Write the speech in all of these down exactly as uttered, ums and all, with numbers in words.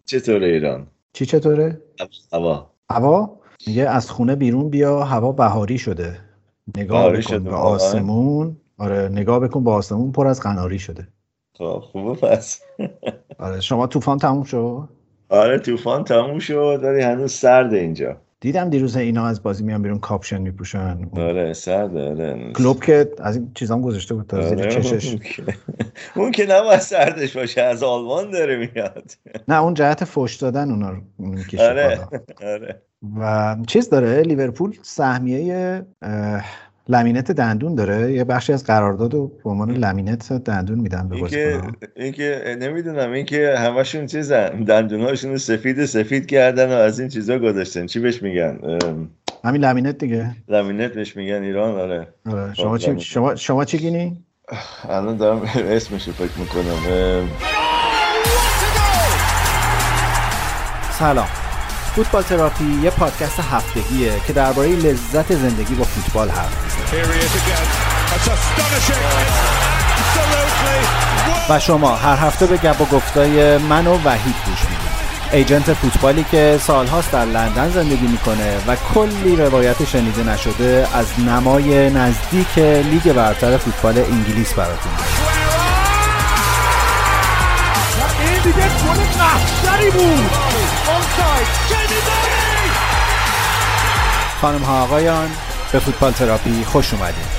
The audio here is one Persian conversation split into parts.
چطوره ایران؟ چی چطوره؟ هوا هوا میگه از خونه بیرون بیا، هوا بهاری شده. نگاه بهاری بکن شده به واقعا. آسمون. آره نگاه بکن به آسمون پر از قناری شده. خب خوبه پس. آره شما طوفان تموم شد؟ آره طوفان تموم شد ولی هنوز سرده اینجا. دیدم دیروز اینا از بازی میان بیرون کاپشن میپوشن. آره سرده آره هنوز. کلوب که از این چیزام گذاشته بود تا زیر آره چشش. اون که اون که نباید سردش باشه، از آلمان داره میاد. نه اون جهت فوش دادن اونا رو میکشه آره بالا. آره و چیز داره لیورپول سهمیه اه، لمینت دندون داره، یه بخشی از قرارداد رو به عنوان لمینت دندون میدن به این که بازیکن‌ها. این که نمیدونم، این که همشون چیزن دندونهاشون رو سفید سفید کردن و از این چیزا گذاشتن. چی بهش میگن؟ ام، همین لمینت دیگه. لامینت بهش میگن ایران. آره آره خب شما چی لامینت. شما شما چی گینی؟ الان دارم اسمش رو فکر میکنم. ام، سلام. فوتبال تراپی یه پادکست هفتگیه که درباره لذت زندگی با فوتبال حرف میزنه. و شما هر هفته به گپ و گفتای من و وحید گوش میدید. ایجنت فوتبالی که سالهاست در لندن زندگی میکنه و کلی روایت شنیده نشده از نمای نزدیک لیگ برتر فوتبال انگلیس براتون میاره. این دیگه گل محشری بود. آنساید خانم ها آقایان، به فوتبال تراپی خوش اومدید.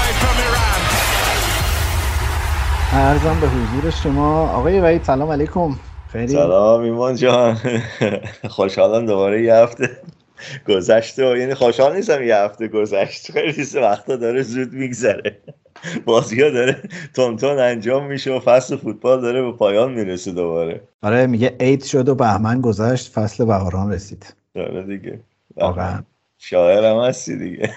عرضم به حضور شما آقای وحید. سلام علیکم. خیلی سلام ایمان جان. خوشحالم دوباره یه هفته گذشته و یعنی خوشحال نیستم یه هفته گذشت، خیلی وقتا داره زود میگذره، بازی ها داره تون تون انجام میشه و فصل فوتبال داره به پایان میرسه دوباره. آره میگه عید شد و بهمن گذشت، فصل بهاران رسید. آره دیگه واقعا شاعرم هستی دیگه.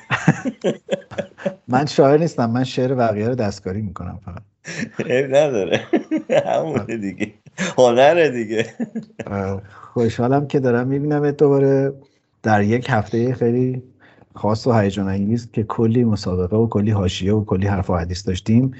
من شاعر نیستم، من شعر بقیه رو دستکاری میکنم فقط. عیب نداره، همونه دیگه، هنره دیگه. خوشحالم که دارم میبینم دوباره در یک هفته خیلی خاص و هیجان انگیز که کلی مسابقه و کلی حاشیه و کلی حرف و حدیث داشتیم.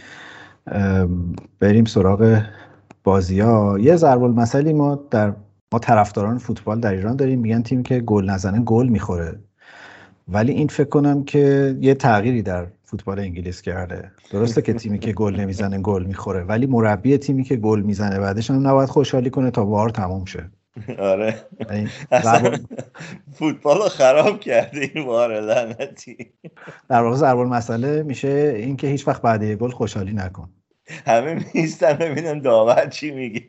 بریم سراغ بازی‌ها. یه ضرب المثلی ما در ما طرفداران فوتبال در ایران داریم، میگن تیمی که گل نزنه گل میخوره، ولی این فکر کنم که یه تغییری در فوتبال انگلیس کرده. درسته که تیمی که گل نمیزنه گل میخوره، ولی مربی تیمی که گل میزنه بعدش هم نباید خوشحالی کنه تا وار تموم شه. آره اصلا فوتبال رو خراب کرده این وار لعنتی. در واقع ضرب المثل میشه این که هیچ وقت بعد یه گل خوشحالی نکن. همه میستن ببینن داور چی میگه.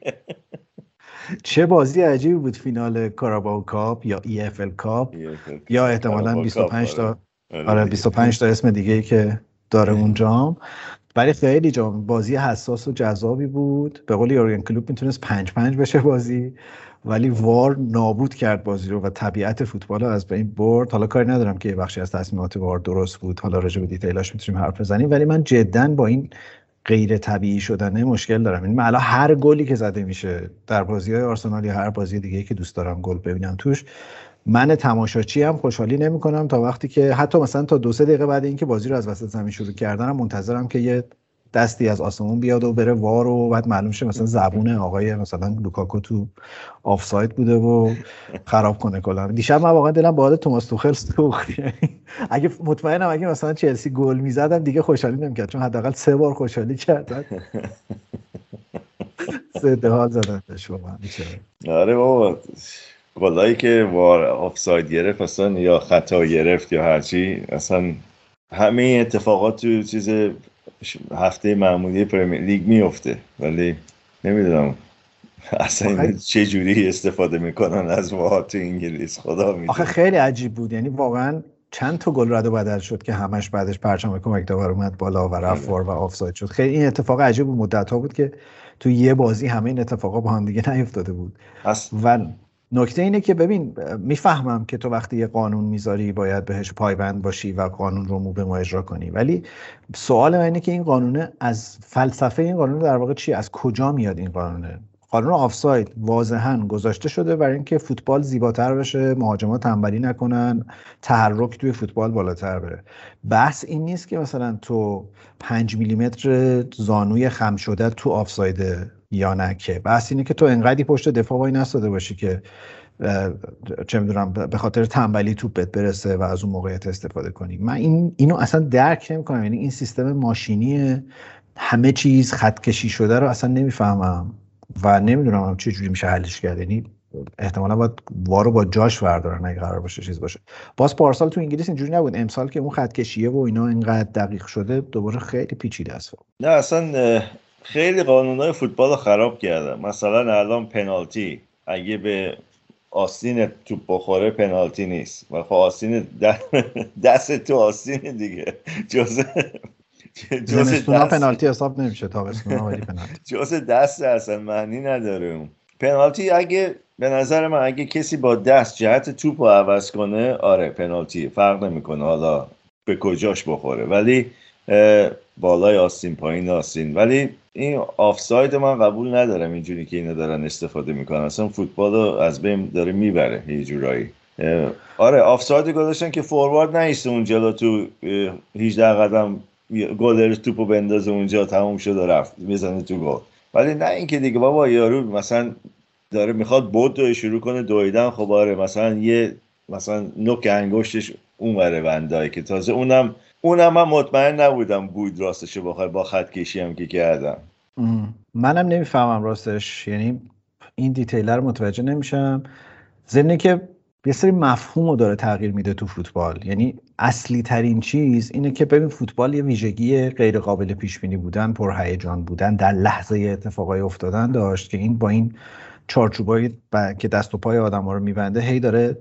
چه بازی عجیبی بود فینال کاراباو کاپ یا ای اف ال کاپ یا احتمالاً بیست و پنج تا آره بیست و پنج تا اسم دیگه ای که داره اون جام. ولی خیلی جام بازی حساس و جذابی بود. به قول یورگن کلوپ میتونست پنج پنج بشه بازی، ولی وار نابود کرد بازی رو و طبیعت فوتبال رو از بین برد. حالا کاری ندارم که یه بخشی از تصمیمات وار درست بود، حالا راجع به دیتیلاش میتونیم حرف بزنیم، ولی من جداً با این غیر طبیعی شدنه مشکل دارم. این الان هر گلی که زده میشه در بازی‌های آرسنال یا هر بازی دیگه‌ای که دوست دارم گل ببینم توش، من تماشاچی هم خوشحالی نمی‌کنم تا وقتی که حتی مثلا تا دو سه دقیقه بعد اینکه بازی رو از وسط زمین شروع کردنم منتظرم که یه دستی از آسمون بیاد و بره وار و بعد معلوم شه مثلا زبون آقای مثلا لوکاکو تو آفساید بوده و خراب کنه کلا. دیشب من واقعا دلم با حال توماس توخل سوخت. اگه مطمئنم اگه مثلا چلسی گل میزدم دیگه خوشحالی نمی‌کرد، چون حداقل سه بار خوشحالی کرد. سه دهال زدنش واقعا میشه. آره بابا گلایی که وار آفساید گرفت اصلا یا خطا گرفت یا هرچی، اصلا همه اتفاقات تو چیز هفته معمولی پرمیر لیگ میفته، ولی نمیدونم اصلا چه جوری استفاده میکنن از وار تو انگلیس، خدا میدونه. آخه خیلی عجیب بود، یعنی واقعا چند تا گل رد و بدل شد که همش بعدش پرچم کمک داور اومد بالا و رفت وار و آفساید شد. خیلی این اتفاق عجیب بود، مدت‌ها بود که تو یه بازی همه این اتفاقا با هم دیگه نیفتاده بود. و نکته اینه که ببین، میفهمم که تو وقتی یه قانون میذاری باید بهش پایبند باشی و قانون رو مو به ما اجرا کنی، ولی سوال من اینه که این قانونه از فلسفه این قانون در واقع چیه؟ از کجا میاد این قانونه؟ قانون آفساید واضحاً گذاشته شده برای اینکه فوتبال زیباتر بشه، مهاجما تنبلی نکنن، تحرک توی فوتبال بالاتر بره. بحث این نیست که مثلا تو پنج میلیمتر زانوی خم شده تو آفسایده یا نه. که بحث اینه که تو انقدی پشت دفاع وای نستاده باشی که چه میدونم به خاطر تنبلی توپ بهت برسه و از اون موقعیت استفاده کنی. من این اینو اصلا درک نمی‌کنم. یعنی این سیستم ماشینی همه چیز خط کشی شده رو اصلا نمیفهمم و نمیدونم چه جوری میشه حلش کرد. یعنی احتمالاً باید وارو با جاش بردارن اگه قرار باشه چیز باشه. باز پارسال تو انگلیس اینجوری نبود، امسال که اون خط کشیه و اینا اینقدر دقیق شده دوباره خیلی پیچیده است. نه اصلا خیلی قانونای فوتبال رو خراب کردن. مثلا الان پنالتی اگه به آستین توپ بخوره پنالتی نیست و خب آستین دست تو آستین دیگه جزء زمستونا پنالتی حساب نمیشه، تابستونا ولی پنالتی جزء دست اصلا معنی نداره. اون پنالتی اگه به نظر من اگه کسی با دست جهت توپ رو عوض کنه آره پنالتی، فرق نمیکنه حالا به کجاش بخوره، ولی بالای آستین پایین آستین. ولی این آفساید من قبول ندارم اینجوری که اینا دارن استفاده میکنن. اصلا فوتبال رو از بین داره میبره یه جورایی. آره آفساید گذاشتن که فوروارد نایسته اون جلو تو هجده قدم گلر توپو بندازه اونجا تموم شد و رفت میزنه تو گل. ولی نه اینکه دیگه بابا یارو مثلا داره میخواد بود رو شروع کنه دویدن، خب آره مثلا یه مثلا نوک انگشتش اونوره بندای که تازه اونم اونم من مطمئن نبودم بود راستش بخوای با خط کشی هم که کردم. منم نمیفهمم راستش، یعنی این دیتیلر رو متوجه نمیشم. ضمن که یه سری مفهوم رو داره تغییر میده تو فوتبال. یعنی اصلی ترین چیز اینه که ببین فوتبال یه ویژگی غیر قابل پیش بینی بودن، پرهیجان بودن، در لحظه اتفاقای افتادن داشت که این با این چارچوبایی ب... که دست و پای آدم‌ها رو میبنده هی داره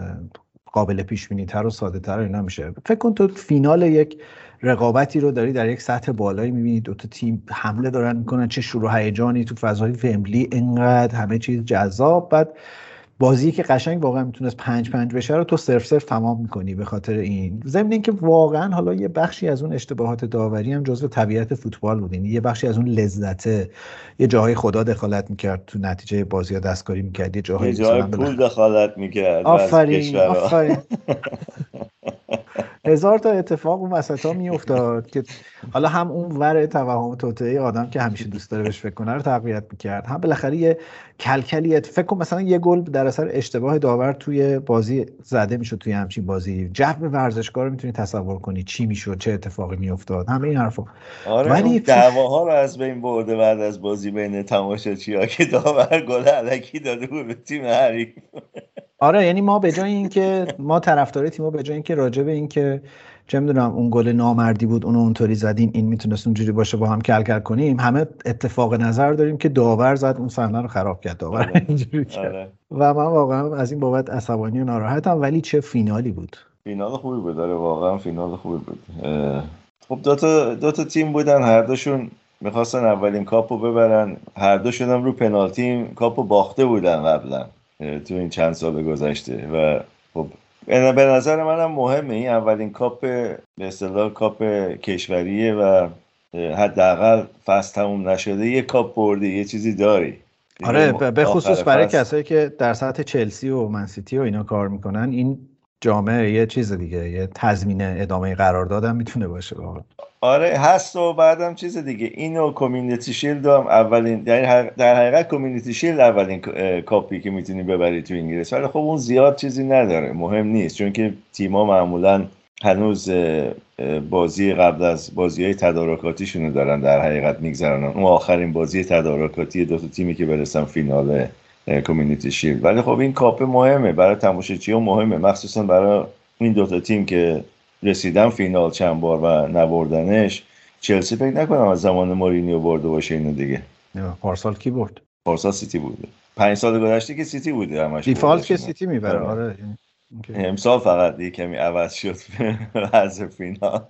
قابل پیش بینی تر و ساده تر اینا میشه. فکر کن تو فینال یک رقابتی رو داری در یک سطح بالایی میبینی، دو تا تیم حمله دارن میکنن، چه شروع هیجانی تو فضای ومبلی، اینقدر همه چیز جذاب، بعد بازی که قشنگ واقعا میتونست پنج پنج بشه رو تو صرف صرف تمام میکنی به خاطر این. ضمن اینکه واقعا حالا یه بخشی از اون اشتباهات داوری هم جزو طبیعت فوتبال بود، یعنی یه بخشی از اون لذته یه جاهای خدا دخالت میکرد تو نتیجه بازی ها دستکاری میکرد، یه جاهای جای پول دخالت میکرد. آفرین آفرین هزار تا اتفاق اون وسطا میافتاد که حالا هم اون ور توهم توطئه آدم که همیشه دوست داره بهش فکر کنه رو تقویت میکرد، هم بالاخره یه کلکلیت. فکر کن مثلا یه گل در اثر اشتباه داور توی بازی زده میشد، توی همچین بازی جو ورزشکار رو میتونی تصور کنی چی میشد، چه اتفاقی میافتاد، همه این حرفا. آره ولی دعواها رو از بین برده بعد از بازی بین تماشاچی‌ها که داور گل الکی داده بود به تیم حریف. آره یعنی ما به جای اینکه ما طرفدار تیمو به جای اینکه راجع به اینکه چه میدونم اون گل نامردی بود اونو اونطوری زدین این میتونست اونجوری باشه با هم کل کل کنیم، همه اتفاق نظر داریم که داور زد اون صحنه رو خراب کرد، داور آره. اینجوری کرد. آره. و من واقعا از این بابت عصبانی و ناراحتم. ولی چه فینالی بود، فینال خوبی بود. آره واقعا فینال خوبی بود. خب دو تا دو تا تیم بودن، هر دوشون میخواستن اولین کاپو ببرن، هر دوشون هم رو پنالتی کاپو باخته بودن قبلا تو این چند سال گذشته و خب به نظر منم مهمه این اولین کاپ به اصطلاح کاپ کشوریه و حداقل فصل تموم نشده یه کاپ بردی، یه چیزی داری. آره به خصوص برای کسایی که در سطح چلسی و منسیتی و اینا کار میکنن این جامعه یه چیز دیگه، یه تضمین ادامه قرارداد هم میتونه باشه واقعا. آره هست و بعدم چیز دیگه اینو کامیونیتی شیلد هم اولین در, در حقیقت کامیونیتی شیلد اولین کاپی که میتونی ببری تو انگلیس، ولی خب اون زیاد چیزی نداره، مهم نیست چون که تیما معمولا هنوز بازی قبل از بازی‌های تدارکاتیشونو دارن در حقیقت میگذرونن، اون آخرین بازی تدارکاتی دو تا تیمی که برسن فینال کامیونیتی شیلد. ولی خب این کاپ مهمه برای تماشاچی‌ها، مهمه مخصوصا برای این دو تا تیم که رسیدن فینال چند بار و نبردنش. چلسی فکر نکنم از زمان مورینیو برده باشه اینو دیگه. پارسال کی برد؟ پارسال سیتی بوده. پنج سال گذشته که سیتی بوده همش. دیفالت که سیتی میبره. آره. امسال فقط یه کمی عوض شد از فینال.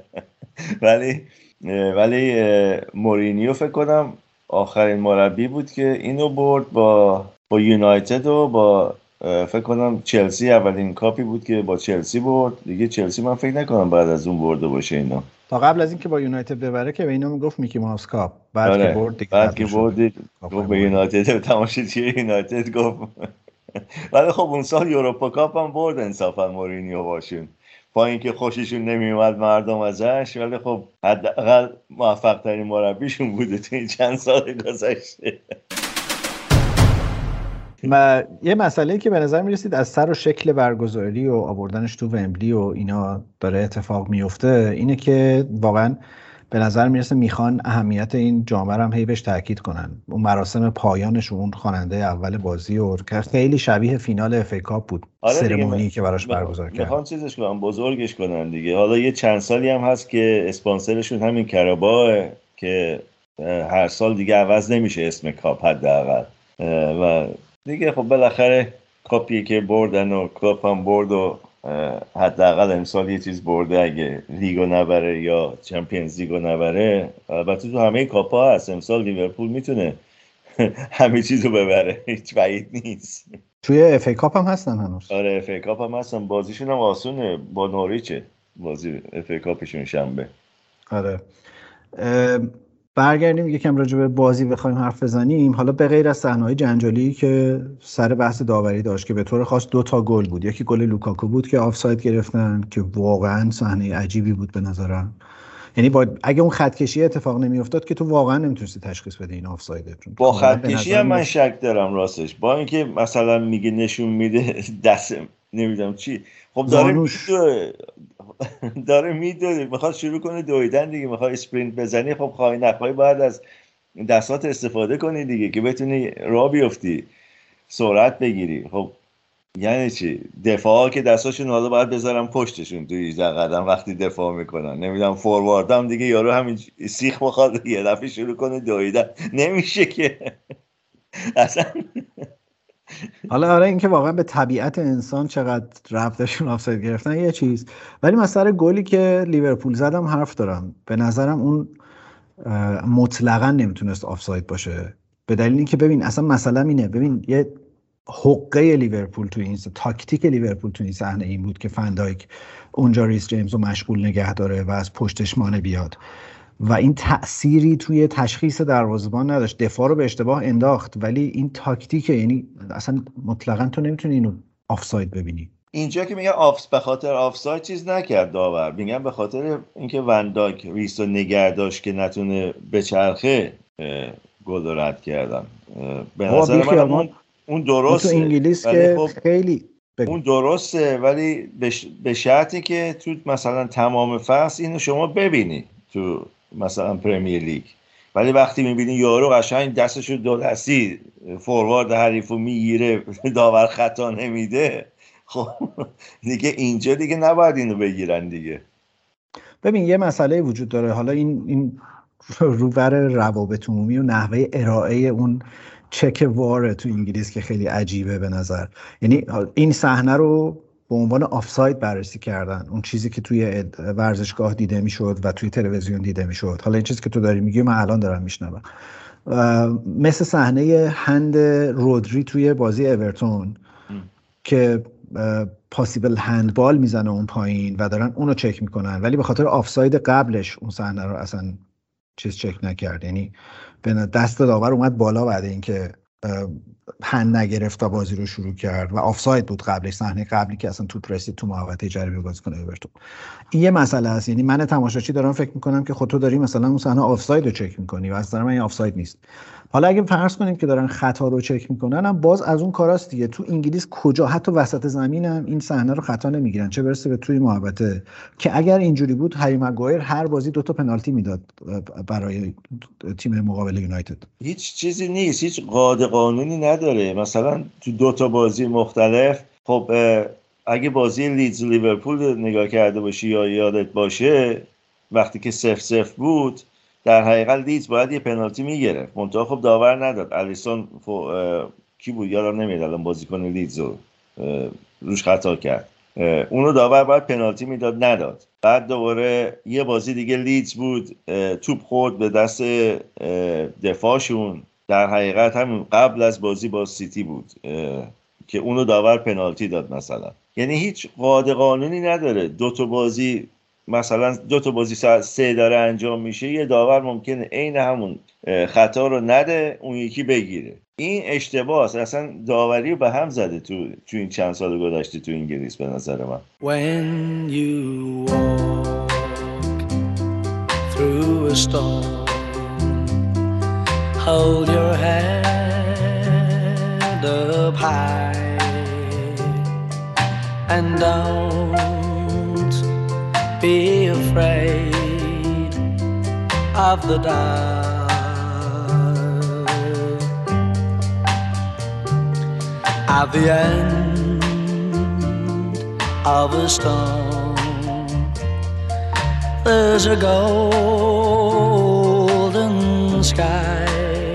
ولی ولی مورینیو فکر کنم آخرین مربی بود که اینو برد با با یونایتد و با فکر کنم چلسی. اولین کاپی بود که با چلسی برد دیگه. چلسی من فکر نکنم بعد از اون برده باشه اینو. تا قبل از اینکه با یونایتد ببره که به اینا میگفت میکی ماوس کاپ، بعد آره. که برد دیگه بعد که برد گفت به یونایتد، تماشاچی یونایتد گفت. ولی خب اون سال یوروپا کاپ هم برد انصافا مورینیو باشون. با اینکه خوششون نمیومد مردم ازش، ولی خب حداقل موفق ترین مربیشون بوده تو این چند سال گذشته. و یه مسئله که به نظر میرسید از سر و شکل برگزاری و آوردنش تو ومبلی و اینا داره اتفاق میفته اینه که واقعا به نظر میرسه میخوان اهمیت این جام هم هی بهش تاکید کنن. اون مراسم پایانش و اون خواننده اول بازی و که خیلی شبیه فینال اف ای کاپ بود. آره سرمونی که براش برگزار کردن میخوان چیزش کنن، بزرگش کنن دیگه. حالا یه چند سالی هم هست که اسپانسرشون همین کراباه که هر سال دیگه عوض نمیشه اسم کاپ حداقل، و دیگه خب بالاخره کاپی که بردن و کاپ هم برد و حداقل امسال یه چیز برده اگه لیگو نبره یا چمپیونز لیگو نبره. البته تو همه کاپ ها هست، امسال لیورپول میتونه همه چیزو ببره، هیچ بعید نیست. توی اف ای کاپ هم هستن هنوز. آره اف ای کاپ هم هستن، بازیشون هم آسونه با نوریچه، بازی اف ای کاپشون شنبه. آره برگردیم یکم راجع به بازی بخوایم حرف بزنیم. حالا به غیر از صحنه‌های جنجالی که سر بحث داوری داشت که به طور خاص دو تا گل بود، یکی گل لوکاکو بود که آفساید گرفتن که واقعا صحنه عجیبی بود به نظرم. یعنی با اگه اون خط کشی اتفاق نمیافتاد که تو واقعا نمیتونستی تشخیص بدی این آفسایده. با خط کشی هم من شک دارم راستش، با اینکه مثلا میگه نشون میده دست نمیدونم چی، خب داره میدوه داره میدوه میخواد شروع کنه دویدن دیگه، میخواد اسپرینت بزنی، خب خواهی نخواهی باید از دستات استفاده کنی دیگه که بتونی راه بیفتی سرعت بگیری. خب یعنی چی؟ دفاعا که دستاشون حالا باید بذارن پشتشون توی هجده قدم وقتی دفاع میکنن، نمیدونم فورواردم دیگه یارو همین سیخ بخواد یه دفعه شروع کنه دویدن نمیشه که اصلا. حالا آره این که واقعا به طبیعت انسان چقدر رفتشون آفساید گرفتن یه چیز، ولی مثلا گلی که لیورپول زدم حرف دارم. به نظرم اون مطلقاً نمیتونست آفساید باشه، به دلیل اینکه ببین اصلا مثلا اینه، ببین یه حقه لیورپول تو این تاکتیک لیورپول تو این صحنه این بود که فندایک اونجا ریس جیمز رو مشغول نگه داره و از پشتش مانع بیاد و این تأثیری توی تشخیص دروازه‌بان نداشت. دفاع رو به اشتباه انداخت ولی این تاکتیکه، یعنی اصلا مطلقاً تو نمیتونی اینو آفساید ببینی. اینجا که میگه آفس به خاطر آفساید چیز نکرد داور، میگم به خاطر اینکه ونداک ریس رو نگه داشت که نتونه بچرخه گل رد کردن. به نظر من اون اون درسته تو انگلیس که خب خیلی بگم. اون درسته ولی به شرطی که تو مثلا تمام فصل اینو شما ببینی تو مثلا پرمیر لیگ، ولی وقتی میبینی یارو قشنگ دستشو دو دستی فوروارد حریفو میگیره داور خطا نمیده، خب دیگه اینجا دیگه نباید اینو بگیرن دیگه. ببین یه مسئله وجود داره، حالا این این روبر روابط عمومی و نحوه ارائه اون چک واره تو انگلیس که خیلی عجیبه به نظر. یعنی این صحنه رو به عنوان آفساید بررسی کردن، اون چیزی که توی ورزشگاه دیده میشد و توی تلویزیون دیده میشد. حالا این چیزی که تو داری میگی من الان دارم میشنوم، مثل صحنه هند رودری توی بازی اورتون که پاسیبل هندبال میزنه اون پایین و دارن اونو چک میکنن، ولی به خاطر آفساید قبلش اون صحنه رو اصلا چیز چک نکرد. یعنی دست داور اومد بالا بعد اینکه هند نگرفت تا بازی رو شروع کرد و آفساید بود قبلش، صحنه قبلی که اصلا توپ رسید تو محوطه جریمه بازیکن اورتون. این یه مسئله است. یعنی من تماشاچی دارم فکر میکنم که خود تو داری مثلا اون صحنه آفساید رو چک میکنی و اصلا من این آفساید نیست. حالا اگه فرض کنیم که دارن خطا رو چک میکنن، هم باز از اون کاراست دیگه. تو انگلیس کجا حتی وسط زمین هم این صحنه رو خطا نمیگیرن، چه برسه به توی محوطه، که اگر اینجوری بود هری مگوایر هر بازی دو تا پنالتی میداد برای تیم مقابل یونایتد. هیچ چیزی نیست، هیچ قاعده قانونی نداره. مثلا تو دو تا بازی مختلف، خب اگه بازی لیدز لیورپول نگاه کرده باشی یا یادت باشه وقتی که صفر صفر بود در حقیقت لیدز باید یه پنالتی میگرفت، منتها خب داور نداد. الیسون فو... کی بود یادم نمیاد الان، بازیکن لیدز رو روش خطا کرد، اونو داور باید پنالتی میداد نداد. بعد دوباره یه بازی دیگه لیدز بود توپ خورد به دست دفاعشون، در حقیقت هم قبل از بازی با سیتی بود که اونو داور پنالتی داد مثلا. یعنی هیچ قاعده قانونی نداره. دو تا بازی مثلا دو تا بازی ساعت سه داره انجام میشه، یه داور ممکنه عین همون خطا رو نده اون یکی بگیره. این اشتباهه، اصلا داوری به هم زده تو تو این چند سال گذشته تو انگلیس به نظر من. When you walk through a storm, hold your head up high and don't be afraid of the dark. At the end of a storm, there's a golden sky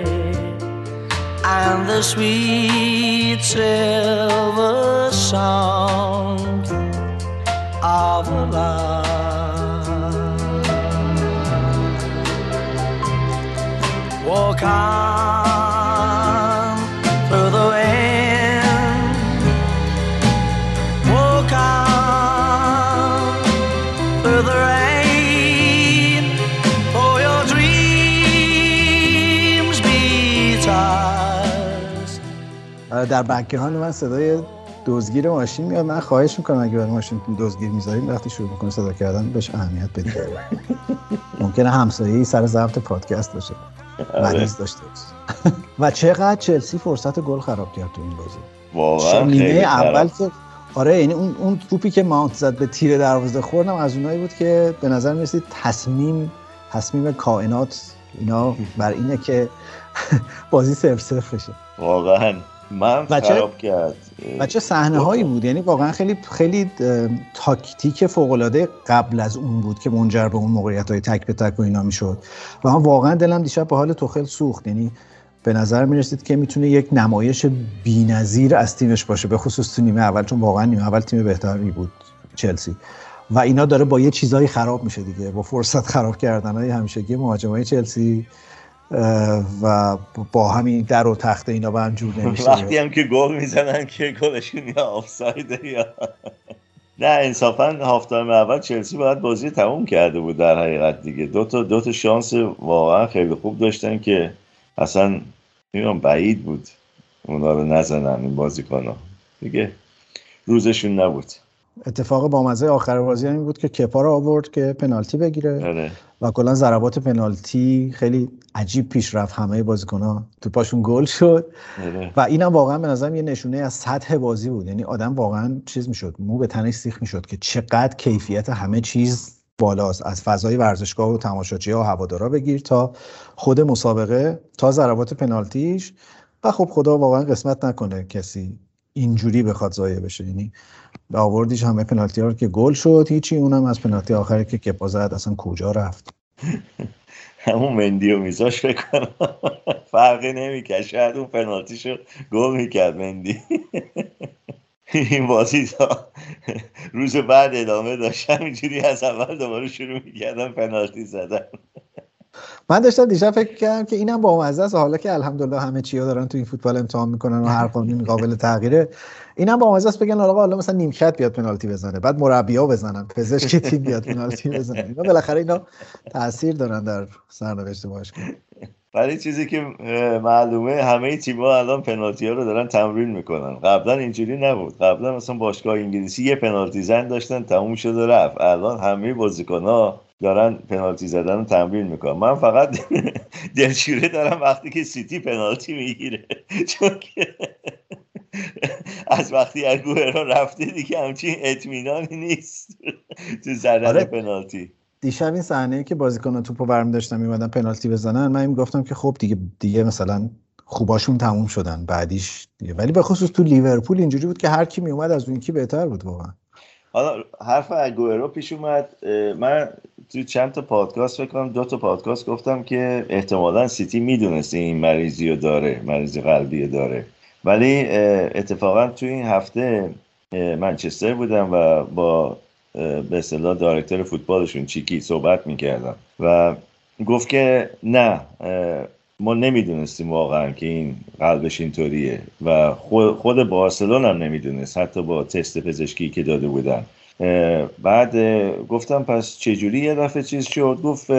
and the sweet silver song of love. Walk on through the wind, walk on through the rain, for your dreams be tossed. در بک‌گراند من صدای دزدگیر ماشین میاد. من خواهش میکنم اگه برای ماشین دزدگیر میذارین وقتی شروع میکنه صدا کردن بهش اهمیت بدید. ممکنه همسایه‌ای سر ضبط پادکست باشه، مریض داشته باشه. و چقدر چلسی فرصت گل خراب کرد تو این بازی. واقعا نیمه خیلی اول که آره، یعنی اون اون توپی که ماونت زد به تیر دروازه خوردم از اونایی بود که به نظر میرسید تصمیم تصمیم کائنات اینا بر اینه که بازی صفر صفر بشه. واقعا من خراب کرد. و چه صحنه هایی بود، یعنی واقعا خیلی خیلی تاکتیک فوق العاده قبل از اون بود که منجر به اون موقعیت های تک به تک و اینا میشد. و من واقعا دلم دیشب به حال توخل سوخت، یعنی به نظر میرسید که میتونه یک نمایش بی‌نظیر از تیمش باشه، به خصوص تو نیمه اول، چون واقعا نیمه اول تیم بهتری بود چلسی و اینا داره با یه چیزایی خراب میشه دیگه، با فرصت خراب کردنهای همیشگی مهاجمای چلسی و با همین در و تخت اینا به هم جور نمیشه. وقتی هم که گل میزنن که گلشون یا آفساید یا نه. انصافا هفت تایم اول چلسی باید بازی تموم کرده بود در حقیقت دیگه. دو تا دو تا شانس واقعا خیلی خوب داشتن که اصلا میگم بعید بود اونا رو نزنن این بازیکن‌ها دیگه، روزشون نبود. اتفاق بامزه آخر بازی این بود که کپا رو آورد که پنالتی بگیره اره. و کلا ضربات پنالتی خیلی عجیب پیش رفت، همه بازیکن‌ها تو پاشون گل شد اره. و اینم واقعا به نظرم یه نشونه از سطح بازی بود، یعنی آدم واقعا چیز میشد، مو به تنش سیخ میشد که چقدر کیفیت همه چیز بالاست، از فضای ورزشگاه و تماشاچی‌ها و هوادارا بگیر تا خود مسابقه تا ضربات پنالتیش. و خب خدا واقعا قسمت نکنه کسی اینجوری بخواد ضایع بشه، یعنی به آوردیش همه پنالتی ها رو که گل شد هیچی، اونم از پنالتی آخری که کپا زد اصلا کجا رفت. همون مندی رو میذاش فکر کنم فرقی نمیکرد، شاید اون پنالتیشو گل میکرد مندی. این بازی تا روز بعد ادامه داشت، همینجوری از اول دوباره شروع میکردن پنالتی زدن. من داشتم دیشب فکر کردم که اینم بامزه است، حالا که الحمدلله همه چیا دارن تو این فوتبال امتحان میکنن و هر قانونی قابل تغییره، اینم بامزه است بگن آقا حالا مثلا نیمکت بیاد پنالتی بزنه، بعد مربی‌ها بزنن، پزشک تیم بیاد پنالتی بزنه. اینا بالاخره اینا تاثیر دارن در سرنوشت باشگاه. ولی چیزی که معلومه همه تیم‌ها الان پنالتی‌ها رو دارن تمرین میکنن. قبلا اینجوری نبود. قبلا مثلا باشگاه انگلیسی یه پنالتی زن داشتن تموم شد و رفت. الان همه بازیکن‌ها دارن پنالتی زدن رو تمرین میکنن. من فقط دلشوره دارم وقتی که سیتی پنالتی میگیره، چون که از وقتی اگوئرو رفته دیگه همچین اطمینانی نیست تو زدن آره. پنالتی. دیشب این صحنه‌ای که بازیکن‌ها توپو برمی داشتن میومدن پنالتی بزنن، من میگفتم که خب دیگه دیگه مثلا خوباشون تموم شدن بعدیش دیگه. ولی به خصوص تو لیورپول اینجوری بود که هر کی میومد از اون کی بهتر بود واقعا. حالا حرف اگوئرو پیش اومد، من تو چند تا پادکست فکر کنم دو تا پادکست گفتم که احتمالاً سیتی میدونسته این مریضی رو داره، مریضی قلبی داره، ولی اتفاقا تو این هفته منچستر بودم و با به اصطلاح دایرکتور فوتبالشون چیکی صحبت میکردم و گفت که نه ما نمیدونستیم واقعا که این قلبش اینطوریه و خود بارسلون هم نمیدونست حتی با تست پزشکی که داده بودن. بعد گفتم پس چجوری یه دفعه چیز شد؟ گفت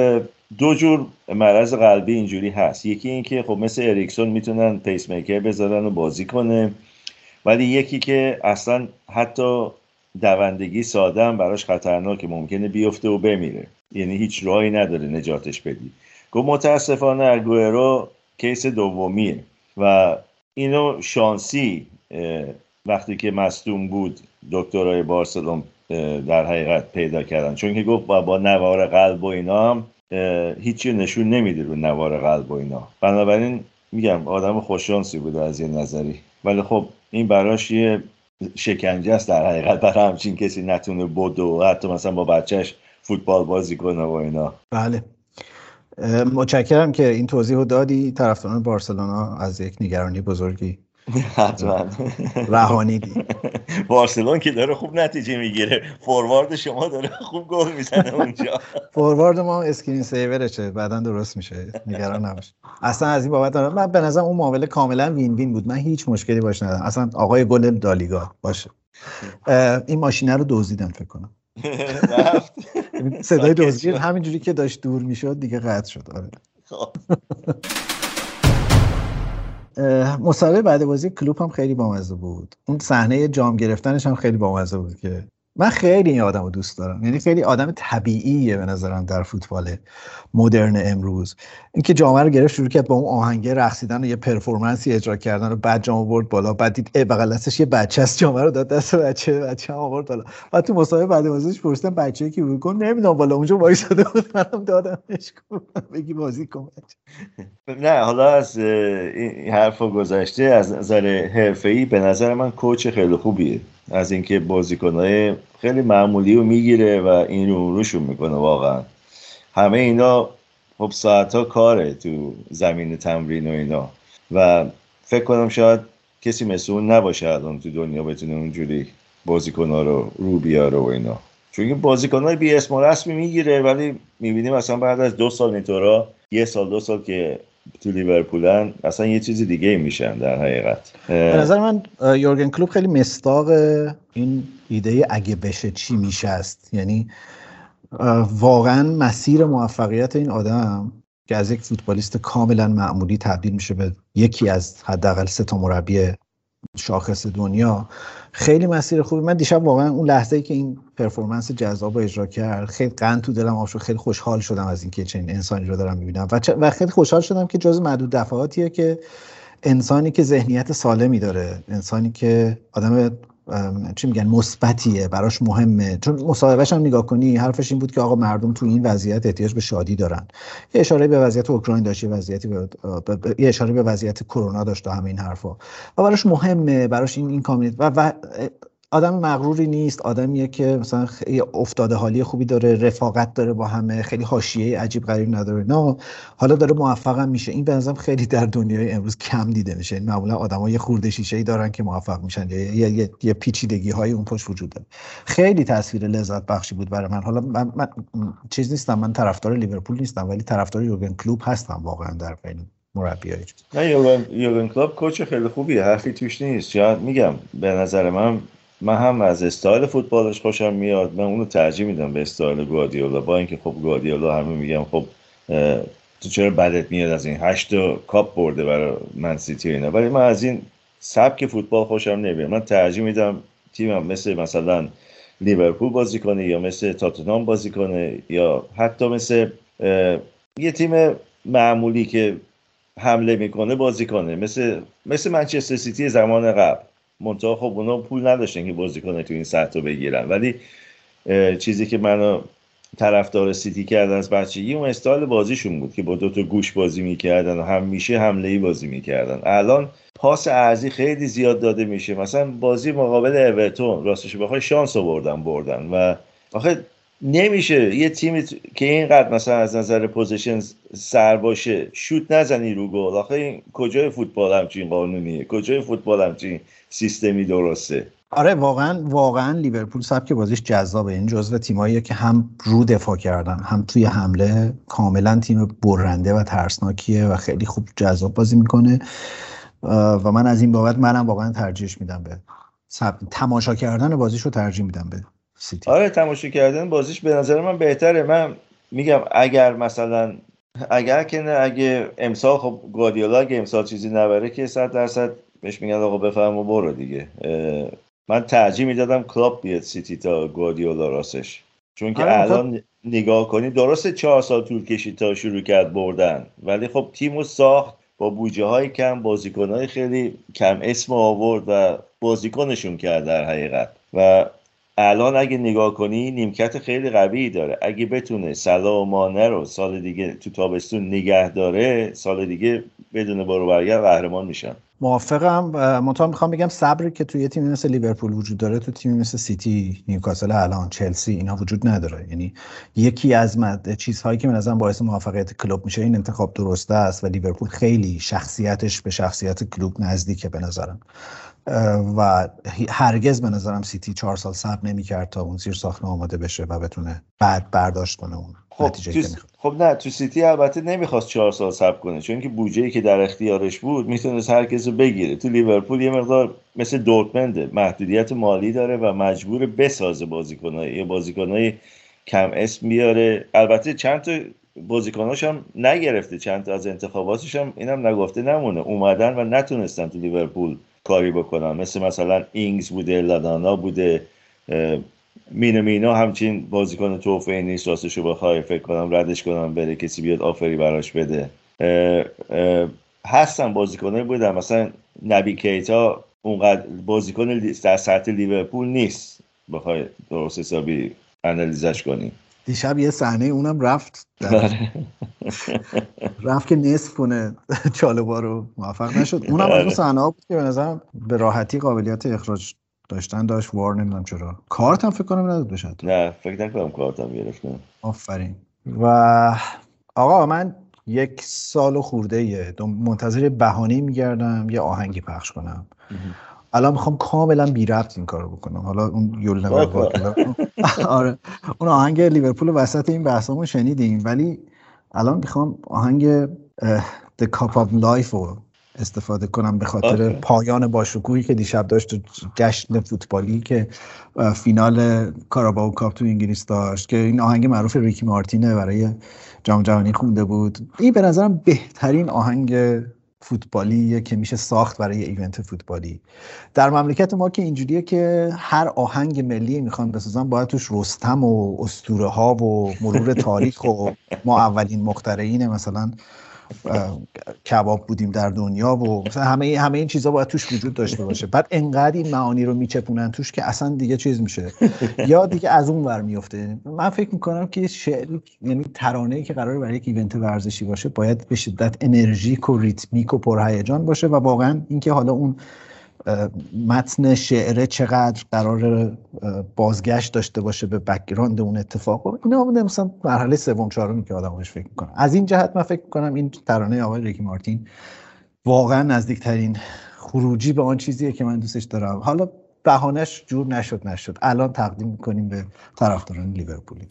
دو جور مرض قلبی اینجوری هست. یکی این که خب مثل اریکسون میتونن پیس میکر بذارن و بازی کنه، ولی یکی که اصلا حتی دوندگی ساده هم براش خطرناکه، ممکنه بیفته و بمیره، یعنی هیچ راهی نداره نجاتش بدی. گفت متاسفانه اگوئرو کیس دومیه و اینو شانسی وقتی که مصدوم بود دکترای بارسلون در حقیقت پیدا کردن، چون که گفت با, با نوار قلب و اینا هم هیچی نشون نمیده رو نوار قلب و اینا. بنابراین میگم آدم خوششانسی بوده از یه نظری، ولی خب این براش یه شکنجه است در حقیقت، برای همچین کسی نتونه بدو و حتی مثلا با بچهش فوتبال بازی کنه و اینا. بله متشکرم که این توضیح رو دادی. طرفداران بارسلونا از یک نگرانی بزرگی حتما رهانیدی. بارسلون که داره خوب نتیجه میگیره، فوروارد شما داره خوب گل میزنه اونجا. فوروارد ما اسکرین سیورشه، بعداً درست میشه، نگران نباش. اصلا از این بابت من به نظرم اون معامله کاملا وین وین بود، من هیچ مشکلی باش ندارم. اصلا آقای گل دالیگا باشه. این ماشینه رو دزدیدن فکر کنم. رفت. صدای دزدی همینجوری که داشت دور میشد دیگه قطع شد. آره. مسابقه بعد بازی کلوب هم خیلی بامزه بود. اون صحنه جام گرفتنش هم خیلی بامزه بود که من خیلی این آدمو دوست دارم. یعنی خیلی آدم طبیعیه به نظرم در فوتبال مدرن امروز. اینکه جام رو گرفت شروع کرد با اون آهنگ رقصیدن و یه پرفورمنسی اجرا کردن و بعد جام برد بالا، بعد دید ای بغل دستش یه بچه است، جام رو داد دست بچه، بچه هم آورد بالا. بعد تو مسابقه بعد بازیش پرسیدن بچه‌ای کی بود؟ گفت نمیدونم بالا اونجا وایساده بود، منم دادمش بگی بازی کن. نه حالا از این حرفا گذشته، از نظر حرفه‌ای به نظر من کوچ خیلی خوبیه، از اینکه بازیکن‌های خیلی معمولی رو میگیره و این رو روشون میکنه. واقعا همه اینا خب ساعت‌ها کاره تو زمین تمرین و اینا و فکر کنم شاید کسی مثل اون نباشه الان تو دنیا بتونه اونجوری بازیکن‌ها رو رو بیاره و اینا، چون که بازیکن‌های بی اسم و رسمی میگیره ولی میبینیم مثلا بعد از دو سال اینطورا، یه سال دو سال که تو لیورپولن اصلا یه چیز دیگه میشن در حقیقت. به نظر من یورگن کلوپ خیلی مصداق این ایده اگه بشه چی میشه است. یعنی واقعا مسیر موفقیت این آدم که از یک فوتبالیست کاملا معمولی تبدیل میشه به یکی از حداقل سه تا مربی شاخص دنیا، خیلی مسیر خوبی. من دیشب واقعا اون لحظه‌ای که این پرفورمنس جذاب رو اجرا کرد خیلی قند تو دلم آب شد، خیلی خوشحال شدم از اینکه چنین انسانی رو دارم می‌بینم و, چ... و خیلی خوشحال شدم که جز معدود دفعاتیه که انسانی که ذهنیت سالمی داره، انسانی که آدم چی میگن مثبتیه، براش مهمه. چون مصاحبهش هم نگاه کنی حرفش این بود که آقا مردم تو این وضعیت احتیاج به شادی دارن. یه اشاره به وضعیت اوکراین داشت، یه وضعیتی به یه اشاره به وضعیت کرونا داشت و همه این حرفا و براش مهمه، براش این این کامیونیتی و, و آدم مغروری نیست، آدمیه که مثلا افتاده حالی خوبی داره، رفاقت داره با همه، خیلی حاشیه عجیب غریب نداره. نه حالا داره موفقم میشه. این به نظرم خیلی در دنیای امروز کم دیده میشه. این معمولا آدم‌ها یه خورده شیشه‌ای دارن که موفق میشن، یه یه, یه, یه پیچیدگی‌های اون پشت وجود داره. خیلی تصویر لذت بخشی بود برای من. حالا من, من چیز نیستم، من طرفدار لیورپول نیستم ولی طرفدار یورگن کلوپ هستم واقعا در بین مربیای. نه یورگن یورگن کلوپ کوچ خیلی خوبیه، حرفی توش نیست. شاید میگم به نظر من من هم از استایل فوتبالش خوشم میاد، من اونو ترجیح میدم به استایل گواردیولا، با اینکه خب گواردیولا همه میگم خب تو چرا بدت میاد از این هشت کاپ برده برای من سیتی اینا، ولی من از این سبک فوتبال خوشم نمیاد. من ترجیح میدم تیمم مثل مثلا لیورپول بازی کنه یا مثل تاتنهام بازی کنه یا حتی مثل یه تیم معمولی که حمله میکنه بازی کنه، مثل مثل منچستر سیتی زمان قبل. منتها خب اونا پول نداشتن که بازیکن تو این سطح رو بگیرن، ولی چیزی که منو طرفدار سیتی کردن از بچگی اون استایل بازیشون بود که با دو تا گوش بازی میکردن و همیشه حمله‌ای بازی میکردن. الان پاس عرضی خیلی زیاد داده میشه، مثلا بازی مقابل اورتون راستش بخوای شانس آوردن بردن و آخه نمیشه یه تیمی که اینقدر مثلا از نظر پوزیشن سر باشه شوت نزنی رو گل. آخه این کجای فوتبال همچین قانونیه؟ کجای فوتبال همچین سیستمی درسته؟ آره واقعا واقعا لیورپول سبک بازیش جذابه. این جزو تیماییه که هم رو دفاع کردن هم توی حمله کاملا تیم برنده و ترسناکیه و خیلی خوب جذاب بازی میکنه و من از این بابت منم واقعا ترجیحش میدم به سب... تماشا کردن بازیشو ترجیح میدم به سیتی. آره تماشا کردن بازیش به نظر من بهتره. من میگم اگر مثلا اگر که نه اگه امسال خب گواردیولا اگه امسال چیزی نبره که صد درصد بهش میگن آقا بفهم و برو دیگه. من ترجیح میدادم کلوب بیاد سیتی تا گواردیولا راستش، چون که الان نگاه کنی درسته چهار سال طول کشید تا شروع کرد بردن، ولی خب تیمو ساخت با بودجه های کم، بازیکن های خیلی کم اسم آورد و بازیکنشون کرد در حقیقت. و الان اگه نگاه کنی نیمکت خیلی قوی داره، اگه بتونه صلاح و مانع رو سال دیگه تو تابستون نگه داره، سال دیگه بدون برو برگرد قهرمان میشن. موافقم. منتها میخوام بگم صبری که توی تیمی مثل لیورپول وجود داره تو تیمی مثل سیتی، نیوکاسل، الان چلسی، اینا وجود نداره. یعنی یکی از مد... چیزهایی که من ازم باعث موفقیت کلوب میشه این انتخاب درسته است و لیورپول خیلی شخصیتش به شخصیت کلوب نزدیکه به نظرم و هرگز به نظرم سیتی چهار سال صبر نمی‌کرد تا اون زیر ساختن آماده بشه و بتونه بعد برداشت کنه اون خب نتیجه که میخواد. خب نه تو سیتی البته نمیخواست چهار سال صبر کنه، چون که بودجه‌ای که در اختیارش بود میتونست هر کس رو بگیره. تو لیورپول یه مقدار مثل دورتموند محدودیت مالی داره و مجبور بسازه بازیکنای یا بازیکنای کم اسم بیاره. البته چند تا بازیکناش هم نگرفته، چند تا از انتخاباتش هم اینم نگفته نمونه اومدن و نتونستن تو لیورپول کاری بکنن، مثل مثلا اینگز بوده، لادانا بوده، مینو مینو همچین بازیکن توفیقی نیست راستشو بخوای فکر کنم ردش کنم بره کسی بیاد آفری براش بده. اه اه هستن بازیکنایی بودن مثلا نبی کیتا اونقدر بازیکن در سطح لیورپول نیست بخوای درست حسابی انالیزش کنی. دیشب یه صحنه اونم رفت رفت که نصف کنه چالوبا رو، موفق نشد. اونم از اون صحنه ها بود که به نظرم به راحتی قابلیت اخراج داشتن داشت. وار نمیدونم چرا کارت هم فکر کنم نداد بشه. نه فکر نکنم کارت هم گرفتم. آفرین. و آقا من یک سال خورده یه منتظر بهانه‌ای میگردم یه آهنگی پخش کنم. الان میخوام کاملا بی ربط این کارو بکنم. حالا اون یول نور آره اون آهنگ لیورپول وسط این بحثامون شنیدیم، ولی الان میخوام آهنگ The Cup of Life رو استفاده کنم به خاطر پایان باشکوهی که دیشب داشت، جشن فوتبالی که فینال کاراباو کاپ تو انگلیس داشت، که این آهنگ معروف ریکی مارتینه برای جام جهانی خونده بود. این به نظرم بهترین آهنگ فوتبالیه که میشه ساخت برای ایونت فوتبالی. در مملکت ما که اینجوریه که هر آهنگ ملی میخوان بسازن باید توش رستم و اسطوره ها و مرور تاریخ و ما اولین مخترعین مثلا کباب بودیم در دنیا و مثلا همه همه این چیزا باید توش وجود داشته باشه. بعد انقدر این معانی رو میچپونن توش که اصلا دیگه چیز میشه یا دیگه از اون ور میفته. من فکر میکنم که شعر یعنی ترانه‌ای که قراره برای یک ایونت ورزشی باشه باید به شدت انرژیک و ریتمیک و پرهیجان باشه و واقعا اینکه حالا اون متن شعره چقدر قرار بازگشت داشته باشه به بک‌گراند اون اتفاق و اینا مثلا مرحله سوم چهارمی که آدمش فکر میکنه. از این جهت من فکر میکنم این ترانه آقای ریکی مارتین واقعا نزدیکترین خروجی به آن چیزیه که من دوستش دارم. حالا بهانه‌اش جور نشد نشد الان تقدیم میکنیم به طرفداران لیورپولی.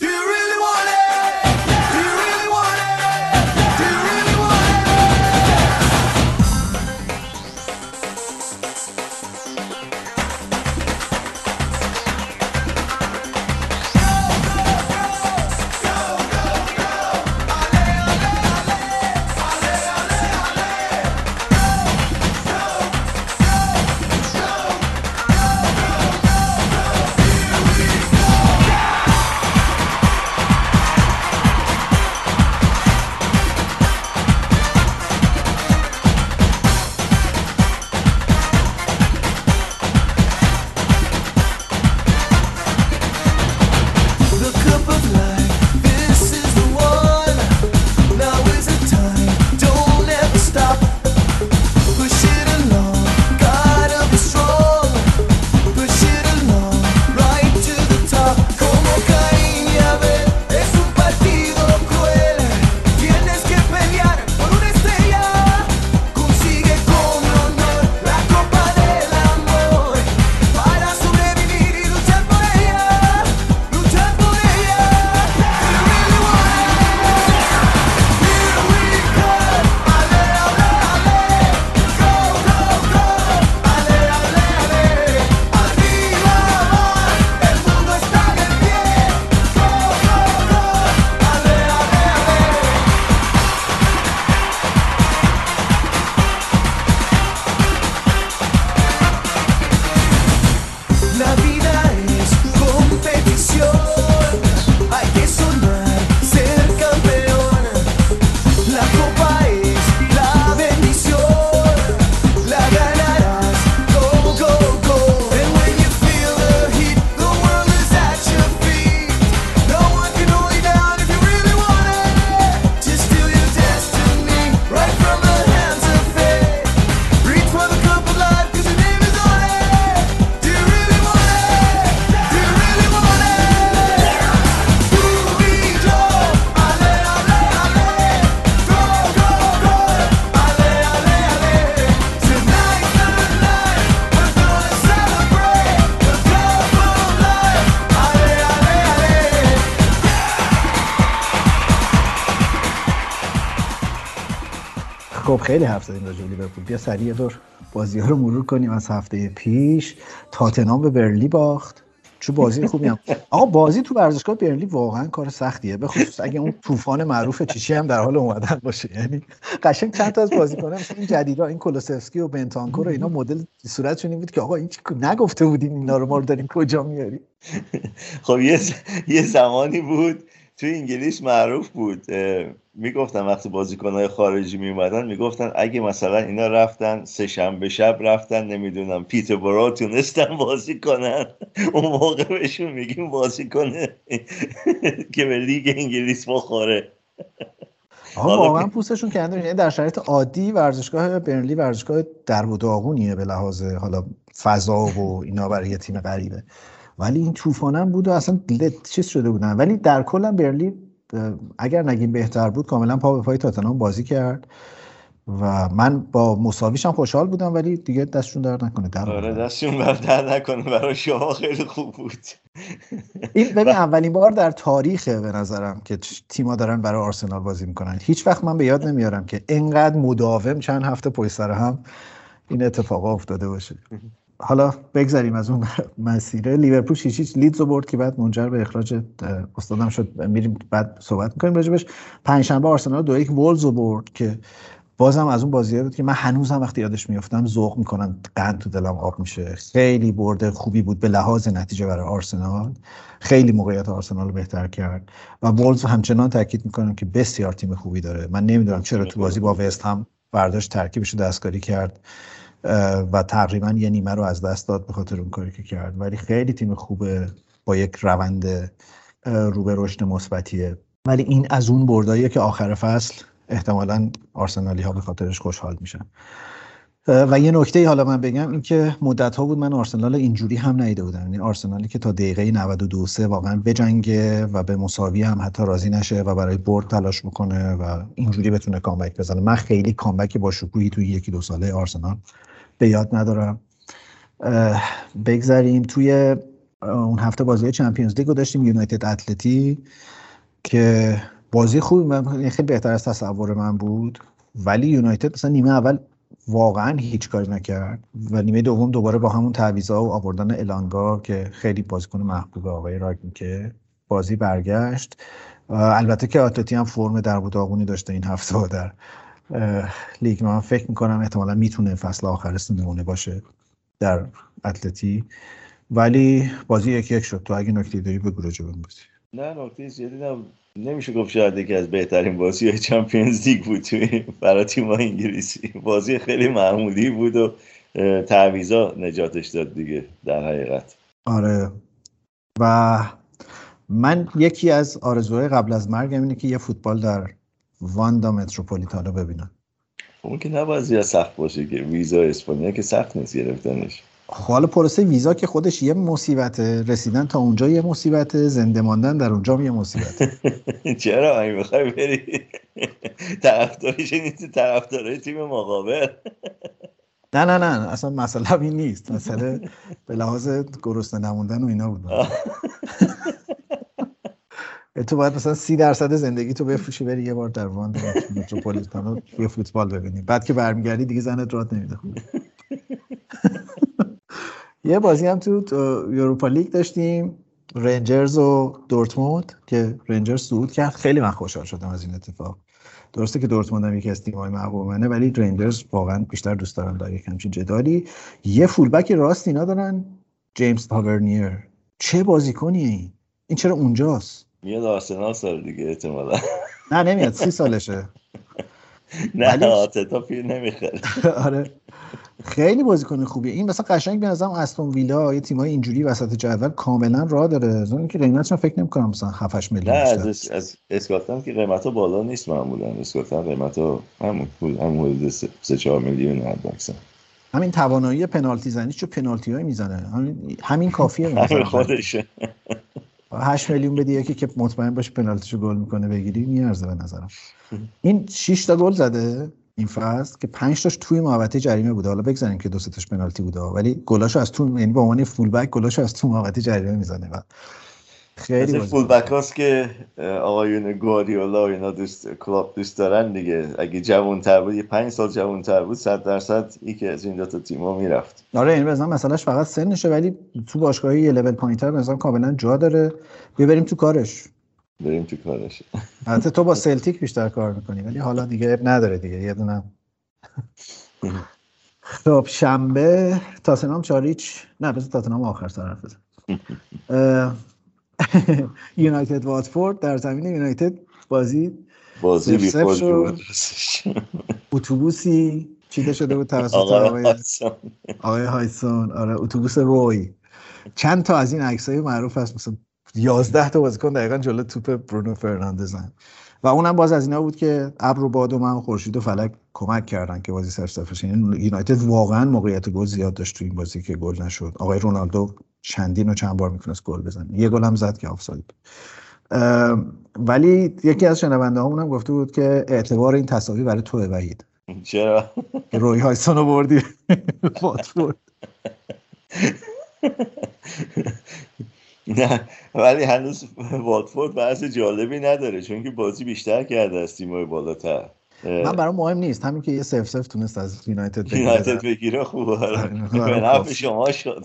خیلی حرف زدیم راجع به لیورپول. بیا سریع یه دور بازی‌ها رو مرور کنیم از هفته پیش. تاتنهام به برنلی باخت. چه بازی خوبی هم. آقا بازی تو ورزشگاه برنلی واقعا کار سختیه، به خصوص اگه اون طوفان معروف چیچی هم در حال اومدن باشه. یعنی قشنگ چند تا از بازیکن‌ها مثل این جدیدا، این کولوسفسکی و بنتانکور و اینا مدل صورتشون این بود که آقا این چی نگفته بودین اینا رو ما رو دارین کجا میاری؟ خب یه یه زمانی بود تو انگلیس معروف بود، میگفتن وقتی بازیکن‌های خارجی میومدن میگفتن اگه مثلا اینا رفتن سه شنبه شب رفتن نمیدونم پیتربورو تونستن بازی کنن، اون موقع بهشون میگیم بازی کنه که به لیگ انگلیس بخوره. آها واقعا پوستشون کنده. یعنی در شرایط عادی ورزشگاه برنلی ورزشگاه درب و داغونیه به لحاظ حالا فضا و اینا برای یه تیم غریبه، ولی این طوفانم بود و اصلا چیز شده بودن. ولی در کل هم برنلی اگر نگیم بهتر بود، کاملا پا به پای تاتنهام بازی کرد و من با مساویش هم خوشحال بودم، ولی دیگه دستشون درد نکنه. در آره دستشون درد نکنه، برای شما خیلی خوب بود. این ببین اولین بار در تاریخه به نظرم که تیم‌ها دارن برای آرسنال بازی میکنن. هیچ وقت من به یاد نمیارم که اینقدر مداوم چند هفته پشت سر هم این اتفاقا افتاده باشه. حالا بگذاریم از اون مسیره. لیورپول شش هیچ لیدز رو برد که بعد منجر به اخراج استادم شد، میریم بعد صحبت می‌کنیم راجبش. پنجشنبه آرسنال دو یک وولز رو برد که بازم از اون بازی‌ها بود که من هنوزم وقتی یادش میافتم ذوق میکنم، قند تو دلم آب میشه. خیلی برد خوبی بود به لحاظ نتیجه برای آرسنال، خیلی موقعیت آرسنال رو بهتر کرد و وولز همچنان تاکید میکنم که بسیار تیم خوبی داره. من نمیدونم چرا تو بازی با وست هم برداشت ترکیبش رو دستکاری کرد و تقریبا یه نیمه رو از دست داد به خاطر اون کاری که کرد، ولی خیلی تیم خوبه با یک روند رو به رشد مثبتیه. ولی این از اون برداییه که آخر فصل احتمالاً آرسنالی ها به خاطرش خوشحال میشن. و یه نکته حالا من بگم این که مدت ها بود من آرسنال اینجوری هم ندیده بودم، یعنی آرسنالی که تا دقیقه نود و دو سه واقعا بجنگه و به مساوی هم حتی راضی نشه و برای برد تلاش بکنه و اینجوری بتونه کامبک بزنه. من خیلی کامبک با شکوهی توی یکی دو ساله آرسنال به یاد ندارم. بگذاریم توی اون هفته بازی چمپیونز لیگ رو داشتیم، یونایتد اتلتی که بازی خوبی، خیلی بهتر از تصور من بود، ولی یونایتد مثلا نیمه اول واقعا هیچ کاری نکرد و نیمه دوم دوباره با همون تعویضا و آوردن الانگا که خیلی بازیکن محبوب آقای راگنیکه بازی برگشت. البته که اتلتی هم فرم در و داغونی داشته این هفته در لیگ. من فکر میکنم احتمالاً میتونه فصل آخر نمونه باشه در اتلتی، ولی بازی یک یک شد. تو اگه نکته داری بگو راجع به اون بازی. نه نکته زیادی نه، نمیشه گفت شاید یکی از بهترین بازی‌های چمپیونز لیگ بود توی برای تیم‌های انگلیسی. بازی خیلی معمولی بود و تعویضا نجاتش داد دیگه در حقیقت. آره و من یکی از آرزوهای قبل از مرگم اینه که یه فوتبال در واندا متروپولیتانو ببینم. اون که نباید زیاد سخت باشه که ویزا اسپانیا که سخت نیست گرفتنش. حالا پروسه ویزا که خودش یه مصیبته، رسیدن تا اونجا یه مصیبته، زنده ماندن در اونجا یه مصیبته. چرا اگه بخوای بری طرفدارش نیست، طرفدارای تیم مقابل. نه نه نه اصلا مسئله این نیست، مسئله به لحاظ گرسنه نموندن و اینا بود. تو باید مثلا سی درصد زندگی تو بفروشی بری یه بار در واندا متروپولیتانو یه فوتبال ببینی، بعد که برمیگردی دیگه زنت رات نمیده. یه بازی هم تو یوروپا لیگ داشتیم، رنجرز و دورتموند که رنجرز صعود کرد. خیلی من خوشحال شدم از این اتفاق. درسته که دورتموند هم یکی از تیم‌های محبوب منه، ولی رنجرز واقعا بیشتر دوست دارم در یک همچین جدالی. یه فولبک راست اینا دارن، جیمز تاورنیر. چه بازیکنیه این؟ این چرا اونجاست؟ میاد آرسنال سال دیگه احتمالاً. نه نمیاد، سی سالشه. نه آتتا پیر نمیخره. آره خیلی بازیکن خوبیه این. مثلا قشنگ به نظرم استون ویلا یه تیمای اینجوری وسط جدول کاملا راه داره. زون که قیمتش فکر نمی‌کنم مثلا هفت هشت میلیون نه از از اسکاتلند که قیمتا بالا نیست معمولا. اسکاتلند قیمتا همون پول هم حدود سه چهار میلیون حداکثر. همین توانایی پنالتی زنیش چه پنالتیایی میزنه، همین همین کافیه مثلا خودشه. هشت میلیون بدی یکی که مطمئن باشه پنالتیشو گل میکنه بگیری میارزه به نظرم. این شش تا گل زده این فصل که پنج تاش توی محوطه جریمه بوده. حالا بگذاریم که دو سه تاش پنالتی بوده، ولی گلاشو از تو، یعنی به عنوان فول بک گلاشو از تو محوطه جریمه میزنه و خیلی مثل فول بک هاست که آقایون گواردیولا و اینا دوست کلاب دوست دارن دیگه. اگه جوان‌تر بود، یه پنج سال جوان‌تر بود، صد درصد یکی از این دو تا تیم‌ها میرفت. آره این مثلا مسئلهش فقط سنشه، ولی تو باشگاهی یه لول پایین‌تر مثلا کاملا جا داره. بریم تو کارش. بریم تو کارش. البته تو با سلتیک بیشتر کار می‌کنی، ولی حالا دیگه نداره دیگه، یه دونه. خب شنبه تاتنهام چاریچ، نه بذار تاتنهام آخر سر حرف بزنم. یونایتد واتفورد در زمین یونایتد بازی بازی بی خود بود. اتوبوسی چیده شده بود توسط آقای آقای هایسون. آره اتوبوس روی. چند تا از این عکسای معروف هست، مثلا یازده تا بازیکن دقیقاً جلوی توپ برونو فرناندزن و اونم باز از اینا بود که ابر و باد و من و خورشید و فلک کمک کردن که بازی سرصفش. یعنی یونایتد واقعا موقعیت گل زیاد داشت تو این بازی که گل نشد. آقای رونالدو چندین و چند بار میتونست گل بزنه، یه گل هم زد که آفساید. ولی یکی از شنونده هامون هم گفته بود که اعتبار این تساوی برای توه وحید. چرا؟ روی هایسون رو بردی واتفورد. نه ولی هنوز واتفورد وضع جالبی نداره، چون که بازی بیشتر کرده از تیم‌های بالاتر. من برام مهم نیست، همین که یه صفر صفر تونست از یونایتد بگیره. یونایتد بگیره خوبه. به نفع شما شد.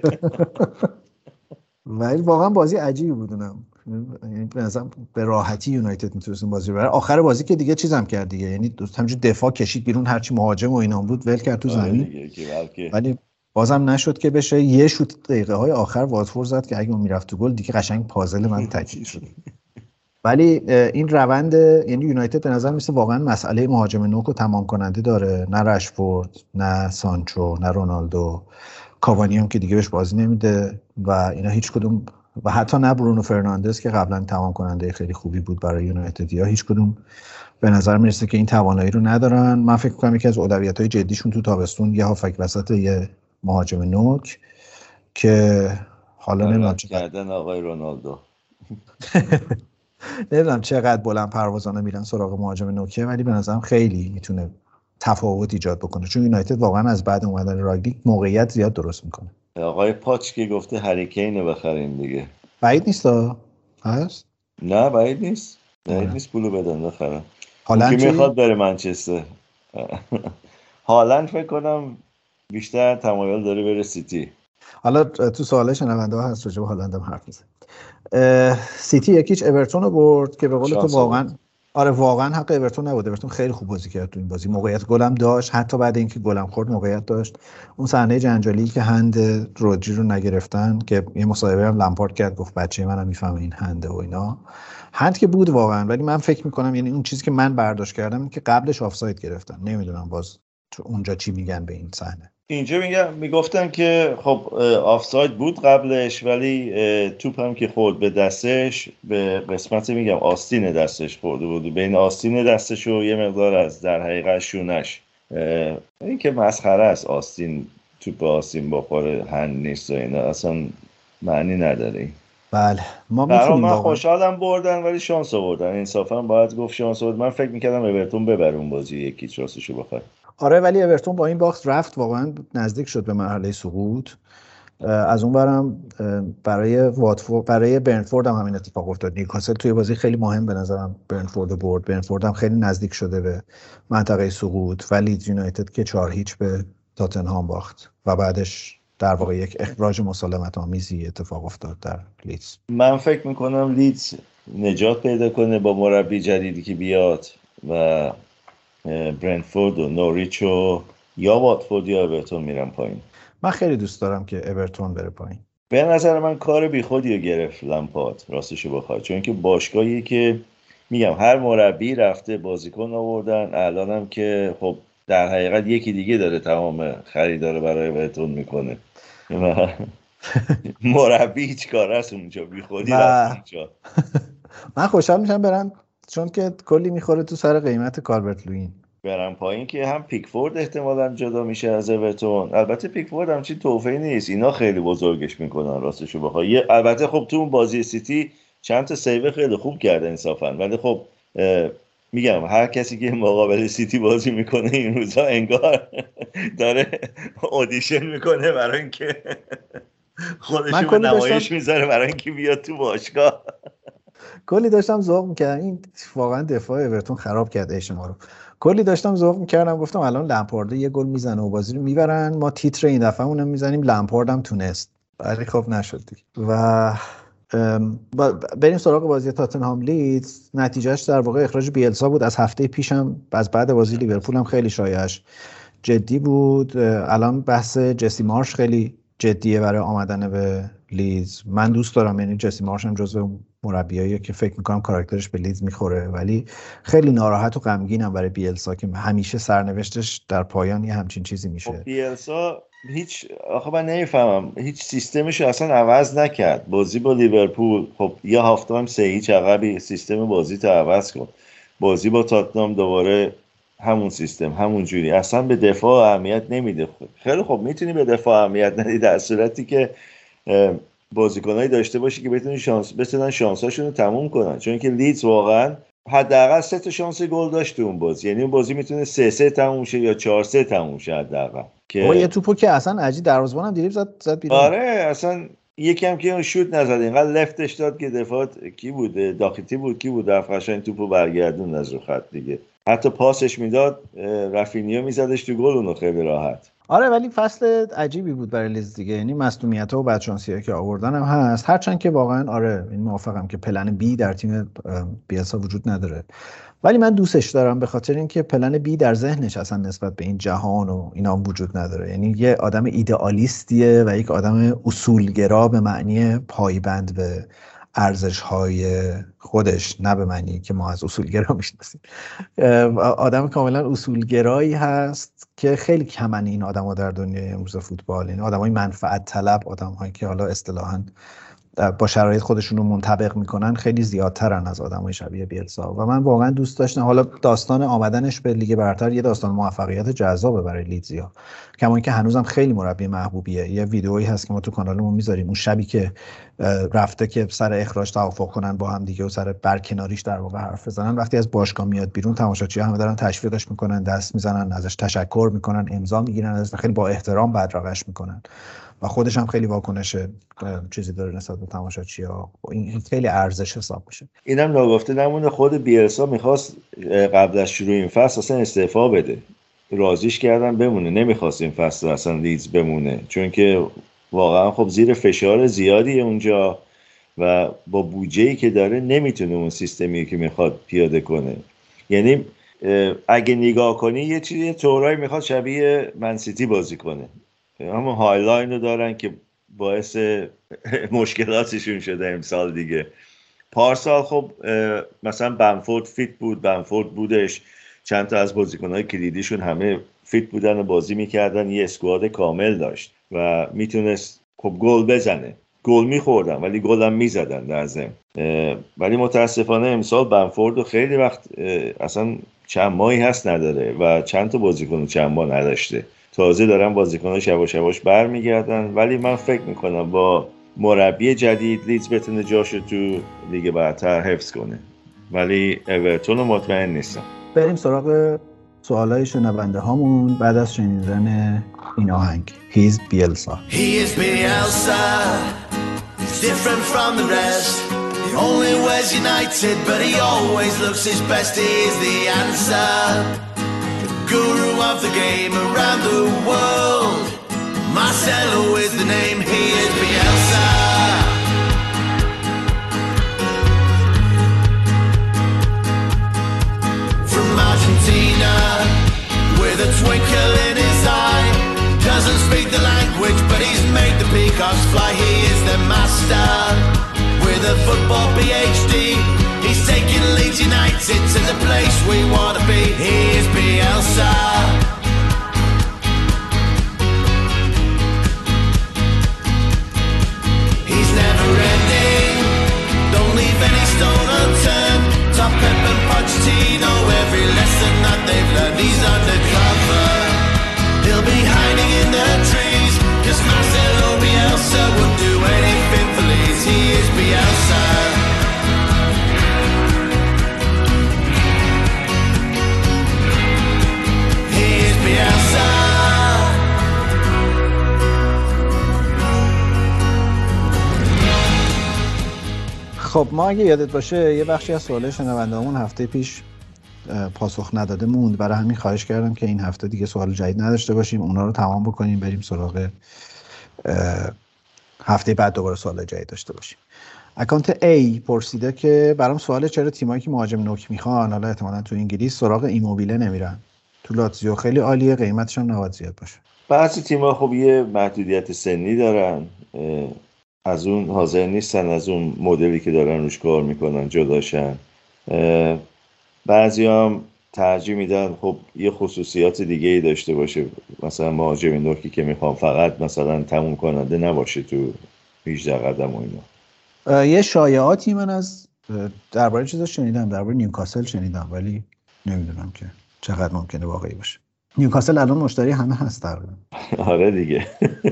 ولی واقعا بازی عجیبی بود اونم. یعنی به نظرم به راحتی یونایتد میتونست این بازی رو ببره. آخر بازی که دیگه چیزام کرد دیگه، یعنی همینجوری دفاع کشید بیرون، هرچی مهاجم و اینا بود ول کرد تو زمین. ولی بازم نشد که بشه. یه شوت دقیقه های آخر واتفورد زد که اگه اون میرفت تو گل دیگه قشنگ پازل من تکمیل شد. ولی این روند، یعنی یونایتد به نظر میسه واقعا مسئله مهاجم نوک و تمام کننده داره. نه رشفورد، نه سانچو، نه رونالدو، کاوانی هم که دیگه بهش بازی نمیده و اینا هیچ کدوم، و حتی نه برونو فرناندز که قبلا تمام کننده خیلی خوبی بود برای یونایتد، یا هیچ کدوم به نظر میرسه که این توانایی رو ندارن. من فکر می‌کنم یکی از اولویت‌های جدیشون تو تابستون یه هافک وسط یه مهاجم نوک که حالا نمیدونم چقدر کردن آقای رونالدو نمیدونم چقدر بلند پروازانه میرن سراغ مهاجم نوکه، ولی به نظرم خیلی میتونه تفاوت ایجاد بکنه، چون یونایتد واقعا از بعد اومدن راگلیک موقعیت زیاد درست میکنه. آقای پاچ که گفته هری کین رو بخرین دیگه. بعید نیست هست؟ نه بعید نیست. بعید نیست پولو بدن بخرن. هالند کی میخواد بره منچستر؟ هالند فکر کنم بیشتر تمایل داره بره سیتی. حالا تو سوال شنونده ها هست راجع به هالند هم حرف میزنیم. سیتی یکیچ اورتون رو برد که به قول تو واقعا بود. آره واقعا حق اورتون نبود. اورتون خیلی خوب بازی کرد تو این بازی، موقعیت گلم داشت، حتی بعد اینکه گلم خورد موقعیت داشت. اون صحنه جنجالی که هند رودری رو نگرفتن که یه مصاحبه هم لامپارد کرد، گفت بچه منم میفهمه این هنده و اینا، هند که بود واقعا. ولی من فکر میکنم یعنی اون چیزی که من برداشت کردم این که قبلش آفساید گرفتن. نمیدونم باز تو اونجا چی میگن به این صحنه. اینجا میگن میگفتن که خب آفساید بود قبلش، ولی توپ هم که خورد به دستش به قسمت میگم آستین دستش خورده بود، بین آستین دستش و یه مقدار از در حقیقت شونش. این که مسخره است، آستین توپ آستین بخوره هند نیست و اینا اصلا معنی نداره. بله ما میتونیم. من خوشحالم بردن ولی شانس آوردن، انصافا باید گفت شانس آورد. من فکر میکردم اورتون ببره اون بازی، یکی راستشو بخواد. آره ولی اورتون با این باخت رفت واقعا نزدیک شد به مرحله سقوط. از اون برم برای واتفورد، برای برنفورد هم همین اتفاق افتاد. نیوکاسل توی بازی خیلی مهم به نظرم برنفورد برد. برنفورد هم خیلی نزدیک شده به منطقه سقوط و لیدز یونایتد که چهار هیچ به تاتنهام باخت و بعدش در واقع یک اخراج مسالمت آمیزی اتفاق افتاد در لیدز. من فکر میکنم لیدز نجات پیدا کنه با مربی جدیدی که بیاد و برنفورد و نوریچ و یا واتفورد یا اورتون میرن پایین. من خیلی دوست دارم که اورتون بره پایین. به نظر من کار بیخودی رو گرفت لامپارد راستشو بخواد، چون که باشگاهی که میگم هر مربی رفته بازیکن آوردن، الانم که خب در حقیقت یکی دیگه داره تمام خریدار برای اورتون میکنه. مربی هیچ کار است اونجا، بیخودی رفت اونجا. من خوشحال میشم برن، چون که کلی میخوره تو سر قیمت کالورت لوین. برن پایین که هم پیکفورد احتمالاً جدا میشه از اورتون. البته پیکفورد هم چی توفی نیست، اینا خیلی بزرگش میکنن راستشو بخوای. البته خب تو اون بازی سیتی چند تا سیو خیلی خوب کرده انصافا، ولی خب میگم هر کسی که مقابل سیتی بازی میکنه این روزا انگار داره اودیشن میکنه برای اینکه خودش به نمایش میذاره برای اینکه بیاد تو باشگاه. کلی داشتم ذوق میکردم این واقعا دفاع اورتون خراب کرده شما رو. کلی داشتم ذوق میکردم گفتم الان لمپارد یه گل میزنه و بازی رو میبرن، ما تیتر این دفعه اونم میزنیم لمپارد هم تونست، ولی خب نشد دیگه. و بریم سراغ بازی تاتنهام لیدز. نتیجهش در واقع اخراج بیلسا بود. از هفته پیشم از بعد بازی لیورپول هم خیلی شایعش جدی بود. الان بحث جسی مارش خیلی جدیه برای آمدن به لیدز. من دوست دارم، یعنی جسی مارش هم جزو مربیاییه که فکر میکنم کاراکترش به لیدز میخوره، ولی خیلی ناراحت و غمگینم برای بیلسا که همیشه سرنوشتش در پایان یه همچین چیزی میشه. خب بیلسا هیچ آخه من نمیفهمم هیچ سیستمش اصلا عوض نکرد. بازی با لیورپول خب یه هفته هم سه هیچ عقبی سیستم بازی تو عوض کن. بازی با تاتنهام دوباره همون سیستم همون جوری، اصلا به دفاع اهمیت نمیده. خیلی خب میتونی به دفاع اهمیت ندی در صورتی که بازیکنایی داشته باشی که بتونن شانس بتونن شانساشون رو تموم کنن، چون که لیدز واقعا حداقل سه تا شانس گل داشت تو اون بازی، یعنی اون بازی میتونه سه سه تموم شه یا چهار سه تموم شه حداقل. که یه توپو که اصلا عجیب دروازه‌بانم دیریب زد زد بیرون. آره اصلا یکم که اون شوت نزد، اینقدر لفتش داد که دفاع کی بود داختی بود کی بود رفت قشنگ توپو برگردون از رو خط دیگه. حتی پاسش میداد رافینیا میزدش تو گل اونو خیلی راحت. آره ولی فصل عجیبی بود برای لیدز دیگه، یعنی مصدومیت‌ها و بدشانسی‌ها که آوردن هم هست، هرچند که واقعا آره این موافقم که پلن بی در تیم بیلسا وجود نداره، ولی من دوستش دارم به خاطر اینکه پلن بی در ذهنش اصلا نسبت به این جهان و اینا وجود نداره. یعنی یه آدم ایدئالیستیه و یک آدم اصولگرا به معنی پایبند به ارزش‌های خودش، نه به معنی که ما از اصولگرا میشناسیم. آدم کاملا اصولگرایی هست که خیلی کمن این آدم‌ها در دنیای امروز فوتبال، این آدمای منفعت طلب، آدم‌هایی که حالا اصطلاحاً با شرایط خودشون رو منطبق میکنن خیلی زیادترن از آدمای شبیه بیلسا و من واقعا دوست داشتم. حالا داستان آمدنش به لیگ برتر یه داستان موفقیت جذابه برای لیدزیا، کما اینکه هنوزم خیلی مربی محبوبیه. یه ویدئویی هست که ما تو کانالمون میذاریم، اون شبی که رفته که سر اخراج توافق کنن با هم دیگه و سر برکناریش در واقع حرف بزنن، وقتی از باشگاه میاد بیرون تماشاچی‌ها همه دارن تشویقش میکنن، دست میزنن، ازش تشکر میکنن، امضا میگیرن، ازش خیلی با احترام بدرقش میکنن و خودش هم خیلی واکنش چیزی داره نسبت به تماشاچی‌ها. این خیلی ارزش حساب میشه. اینم ناگفته نمونه خود بیلسا میخواست قبل از شروع این فصل اصلا استعفا بده، راضیش کردن بمونه، نمیخواست این فصل اصلا لیدز بمونه چون که واقعا خب زیر فشار زیادی اونجا و با بودجه‌ای که داره نمیتونه اون سیستمی که میخواد پیاده کنه. یعنی اگه نگاه کنی یه چیزی طورایی میخواد شبیه منسیتی بازی کنه، همون هایلاین رو دارن که باعث مشکلاتشون شده امسال دیگه. پارسال خب مثلا بنفورد فیت بود، بنفورد بودش، چند تا از بازیکن‌های کلیدیشون همه فیت بودن و بازی میکردن، یه اسکواد کامل داشت و میتونست خب گل بزنه، گل میخوردن ولی گل هم میزدن در ضمن. ولی متاسفانه امسال بنفورد رو خیلی وقت اصلا چند ماهی هست نداره و چند تا بازیکن چند ماه نداشته، تازه دارن بازیکن‌ها یواش یواش برمیگردن. ولی من فکر میکنم با مربی جدید لیدز بتونه جاشو تو لیگ برتر حفظ کنه، ولی اورتون مطمئن نیستم. بریم سراغ سوالای شنونده هامون بعد از شنیدن این آهنگ. He's Bielsa. He is Bielsa. He's different from the rest. He only wears United, but he always looks his best. He is the answer. Guru of the game around the world. Marcelo is the name, he is Bielsa. From Argentina, with a twinkle in his eye. Doesn't speak the language, but he's made the peacocks fly. He is the master, with a football P H D. He's taking Leeds United to the place we want to be. He is Bielsa. He's never ending, don't leave any stone unturned. Top Pep and Pochettino, every lesson that they've learned. He's undercover, he'll be hiding in the trees, 'cause Marcelo Bielsa will do anything for Leeds. He is Bielsa. He is خب ما اگه یادت باشه یه بخشی از سوالای شنوندهامون هفته پیش پاسخ نداده موند، برای همین خواهش کردم که این هفته دیگه سوال جدید نداشته باشیم، اونا رو تمام بکنیم بریم سراغ هفته بعد دوباره سوال جدید داشته باشیم. اکانت A پرسیده که برام سواله چرا تیمایی که مهاجم نوک میخوان حالا احتمالاً تو انگلیس سراغ ایموبیله نمیرن؟ تو لاتزیو خیلی عالیه، قیمتش هم نباید زیاد باشه. بعضی تیم‌ها خب یه محدودیت سنی دارن، از اون حاضر نیستن از اون مدلی که دارن روش کار میکنن جداشن. بعضی هم ترجیح میدن خب یه خصوصیات دیگه ای داشته باشه، مثلا مهاجم نوکی که میخوام فقط مثلا تموم کننده نباشه تو هجده قدم و اینا. یه شایعاتی من از درباره چیزا شنیدم، درباره نیوکاسل شنیدم، ولی نمیدونم که چقدر ممکنه واقعی باشه. نیوکاسل الان مشتری همه هست تقریبا. آره دیگه.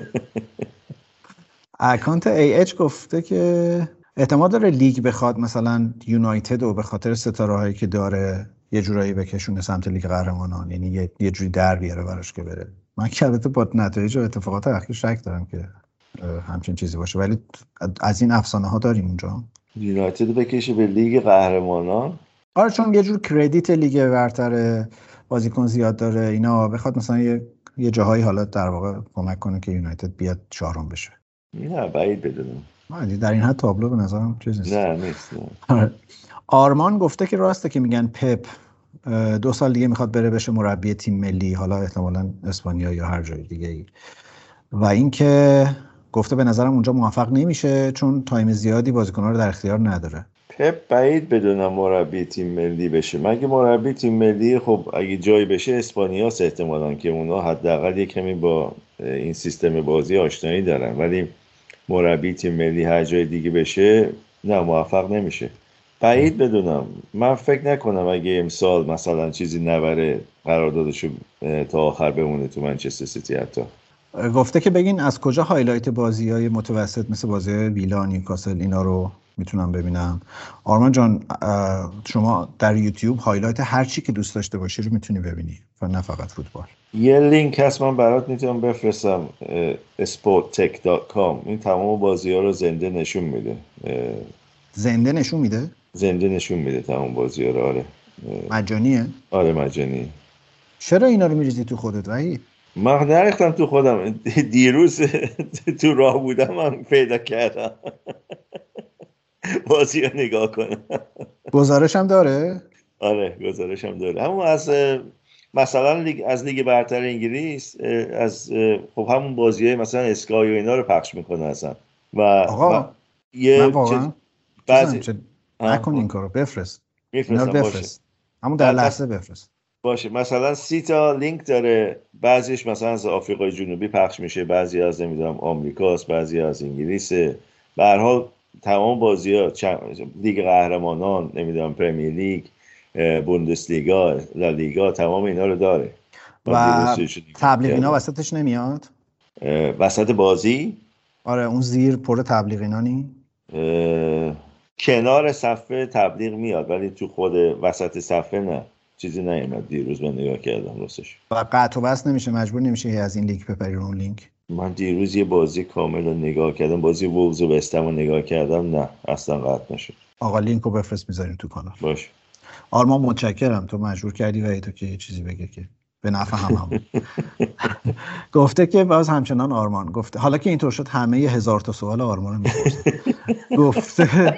اکانت ای اچ گفته که احتمال داره لیگ بخواد مثلا یونایتد و به خاطر ستاره هایی که داره یه جورایی بکشونه سمت لیگ قهرمانان، یعنی یه, یه جوری در بیاره براش که بره. من که البته با نتایج و اتفاقات اخیر شک دارم که همچین چیزی باشه، ولی از این افسانه ها داریم اونجا. یونایتد بکشه به لیگ قهرمانان؟ آره چون یه جور کردیت لیگ برتر، بازیکن زیاد داره اینا، بخواد مثلا یه یه جاهایی حالا در واقع کمک کنه که یونایتد بیاد چهارم بشه. نه بعید بدونم. من در این حد تابلو به نظرم چیز نیست. نه نیست. آرمان گفته که راسته که میگن پپ دو سال دیگه میخواد بره بشه مربی تیم ملی، حالا احتمالاً اسپانیا یا هر جای دیگه ای، و اینکه گفته به نظرم اونجا موفق نمیشه چون تایم زیادی بازیکن‌ها رو در اختیار نداره. پپ بعید بدونم مربی تیم ملی بشه. مگه مربی تیم ملی خب اگه جایی بشه اسپانیاست احتمالاً که اونا حداقل یک کمی با این سیستم بازی آشنایی دارن، ولی مربی تیم ملی هر جای دیگه بشه نه موفق نمیشه. بعید بدونم. من فکر نکنم اگه امسال مثلا چیزی نبره قراردادشو تا آخر بمونه تو منچستر سیتی. حتی گفته که بگین از کجا هایلایت بازی‌های متوسط مثل بازی ویلا، نیوکاسل اینا رو میتونم ببینم. آرمان جان شما در یوتیوب هایلایت هر چی که دوست داشته باشی رو میتونی ببینی و نه فقط فوتبال. یه لینک هست من برات میتونم بفرستم، اسپورت تک دات کام. این تمام بازی‌ها رو زنده نشون میده. زنده نشون میده؟ زنده نشون میده تمام بازی‌ها رو. آره مجانیه؟ آره مجانی. چرا اینا رو میریزی تو خودت وحید؟ من نریختم تو خودم، دیروز تو راه بودم من پیدا کردم بازی رو نگاه کنم. گزارش هم داره؟ آره گزارش هم داره. همون از مثلا لیگ از لیگ برتر انگلیس، از خب همون بازیه مثلا اسکای و اینا رو پخش میکنه اصلا. و آقا و یه واقعا بعضی نکن این کارو، بفرست. میفرستم بفرست. همون در لحظه بفرست. باشه. مثلا سی تا لینک داره، بعضیش مثلا از آفریقای جنوبی پخش میشه، بعضی از نمیدونم آمریکاست، بعضی از انگلیسه. به هر حال تمام بازی‌ها، لیگ قهرمانان، نمیدونم پرمیر لیگ، بوندسلیگا، لالیگا، تمام اینا رو داره. و تبلیغ اینا وسطش نمیاد؟ وسط بازی؟ آره اون زیر پر تبلیغ اینا نی؟ کنار صفحه تبلیغ میاد ولی تو خود وسط صفحه نه، چیزی نیومد. دیروز من نگاه کردم راستش. و قطع و بس نمیشه، مجبور نمیشه از این لینک بپری رو اون لینک؟ من دیروز یه بازی کامل رو نگاه کردم، بازی وولز و بستم رو نگاه کردم، نه اصلا قطع نشد. آقا لینک رو بفرست میذاریم تو کانال. باشه. آرمان متشکرم، تو مجبور کردی و تو که یه چیزی بگه که به نفع هم هم. گفته که باز همچنان آرمان گفته، حالا که اینطور شد همه ی هزار تا سوال آرمان رو میپرسم. گفته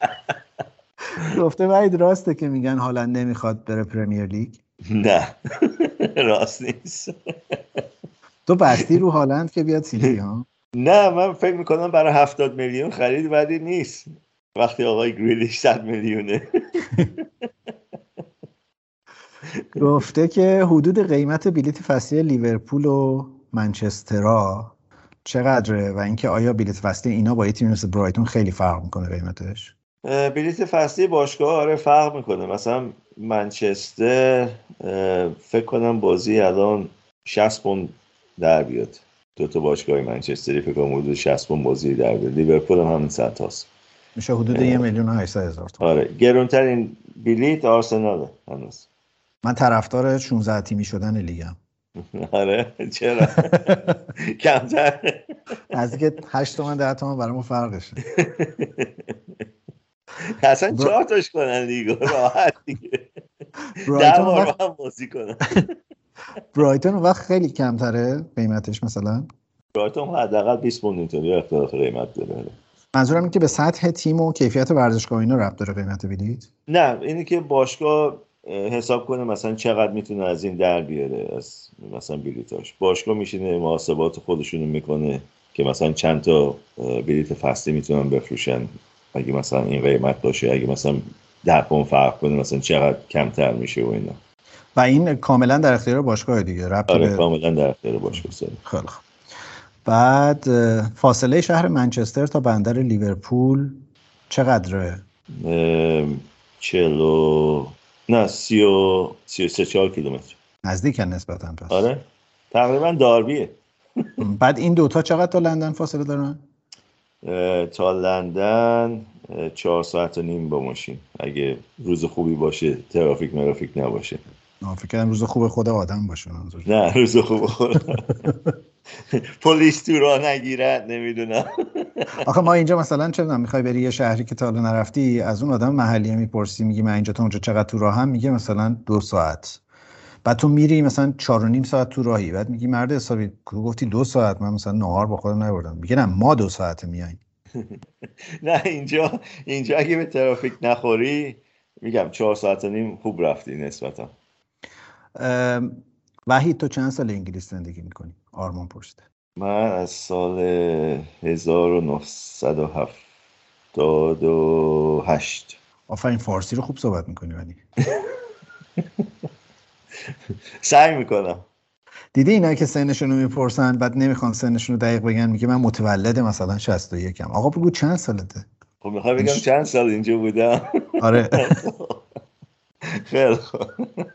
گفته وحید راسته که میگن هالند نمیخواد بره پرمیر لیگ؟ نه راست نیست. تو بستی رو هالند که بیاد سیتی ها؟ نه من فکر میکنم برای هفتاد میلیون خرید بدی نیست وقتی آقای گریلیش صد میلیونه. گفته که حدود قیمت بلیت فصلی لیورپول و منچسترها چقدره و اینکه آیا بلیت فصلی اینا با یه تیم مثل برایتون خیلی فرق میکنه قیمتش؟ بلیت فصلی باشگاه آره فرق میکنه. مثلا منچستر فکر کنم بازی الان شصت پوند در بیاد. دو تا باشگاه منچستری فکر کنم حدود شصت پوند بازی در بیاد. لیورپول هم همین صد تاست. میشه حدود یک میلیون و هشتصد هزار تومان. آره گرونترین بلیت آرسناله هنوز. من طرفدار شانزده تیمی شدن لیگم. آره چرا؟ کمتر. نزدیک هشت تومن ده تومن برامون فرقشه. اصلا چهار تاش کنن لیگو راحت دیگه ده بار با هم بازی کنن. برایتون وقت خیلی کمتره قیمتش، مثلا برایتون حداقل بیست پوند اینطوری اختلاف قیمت داره. منظورم اینه که به سطح تیم و کیفیت ورزشگاه اینا ربط داره قیمت بلیط؟ نه، اینه که باشگاه حساب کنه مثلا چقدر میتونه از این در بیاره، از مثلا بلیطاش. باشگاه میشینه محاسبات خودشونو میکنه که مثلا چند تا بلیط فصلی میتونن بفروشن اگه مثلا این قیمت باشه، اگه مثلا ده پوند فرق کنه مثلا چقدر کمتر میشه و اینا. و این کاملا در اختیار باشگاه دیگه، ربطی آره به... کاملا در اختیار باشگاه. خیلی خوب. بعد فاصله شهر منچستر تا بندر لیورپول چقدره؟ چلو نه سی و سی و سه چهار کیلومتر. نزدیکه نسبتا پس. آره تقریبا داربیه. بعد این دوتا چقدر تا لندن فاصله دارن؟ تا لندن چهار ساعت و نیم با ماشین اگه روز خوبی باشه، ترافیک مرافیک نباشه. فکر کنم روز خوب خود آدم باشه. نه روز خوب خود پلیس تو راه نگیرد، نمیدونم. آخه ما اینجا مثلا چه میدونم میخوای بری یه شهری که تا حالا نرفتی، از اون آدم محلی میپرسی میگی من اینجا تا اونجا چقدر تو راهم، میگه مثلا دو ساعت. بعد تو میری مثلا چهار و نیم ساعت تو راهی، بعد میگی مرد حسابی گفتی دو ساعت، من مثلا نهار با خودم نبردم. میگه نه ما دو ساعت میایم. نه اینجا اینجا اگه به ترافیک نخوری میگم چهار ساعت و نیم خوب رفتی نسبتا. وحید تو چند سال انگلیس زندگی میکنی؟ آرمان پرسیده. من از سال هزار و نهصد و هفتاد و هشت. آفرین، فارسی رو خوب صحبت میکنی. ولی سعی میکنم. دیدی اینا که سنشون رو میپرسن بعد نمیخوان سنشون رو دقیق بگن، میگه من متولد مثلا شصت و یک ام. آقا بگو چند سالته. خب میخوای بگم چند سال اینجا بودم؟ آره خیلی خوب.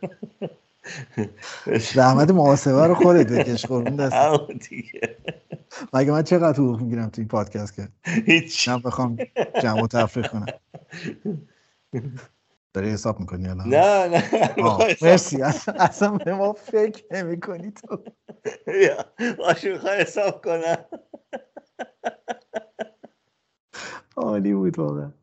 زحمت محاسبه رو خودت بکش قربون دست. همون دیگه. مگه من چقدر حقوق میگیرم تو این پادکست که هیچ. من بخوام جمع و تفریق کنم. داری حساب میکنی الان؟ نه نه مرسی. اصلا اصلا به ما فکر نمی‌کنی تو. یا باشه میخوای حساب کنم. عالی بود واقعا.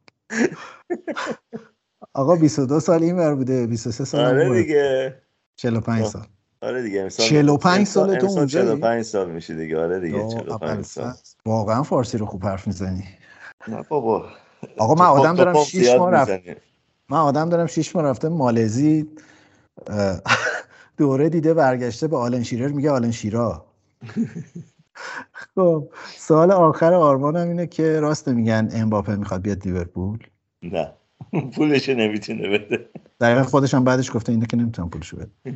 آقا بیست و دو سال این ور بوده، بیست و سه سال. آره دیگه. چهل و پنج سال. آره دیگه امسال چهل و پنج سال تو اونجایی؟ چهل و پنج سال میشه دیگه. آره دیگه چهل و پنج سال. واقعا فارسی رو خوب حرف میزنی. نه بابا. آقا من آدم دارم شش ماه رفت. من آدم دارم شش ماه رفته مالزی، دوره دیده برگشته به آلن شیرر میگه آلن شیرا. خب سوال آخر آرمانم اینه که راست میگن امباپه میخواد بیاد لیورپول؟ نه پولش نمیتونه بده. دقیقا خودش هم بعدش گفته اینه که نمیتونه پولشو بده.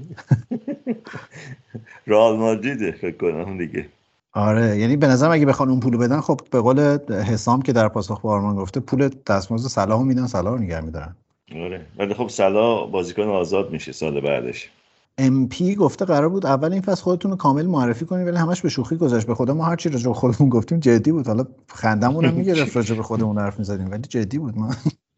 رئال مادریده فکر کنم دیگه. آره یعنی به نظرم اگه بخوان اون پولو بدن، خب به قول حسام که در پاسخ به آرمان گفته پول دستمزد صلاحو میدن، صلاح رو نگه میدارن. آره ولی خب صلاح بازیکن آزاد میشه سال بعدش. ام پی گفته قرار بود اول این فصل خودتون رو کامل معرفی کنید ولی همش به شوخی گذشت. به خدا ما هر چی راجع به خودمون گفتیم جدی بود. حالا خندمون هم میگرفت راجع به خودمون حرف میزدیم ولی جدی بود. ما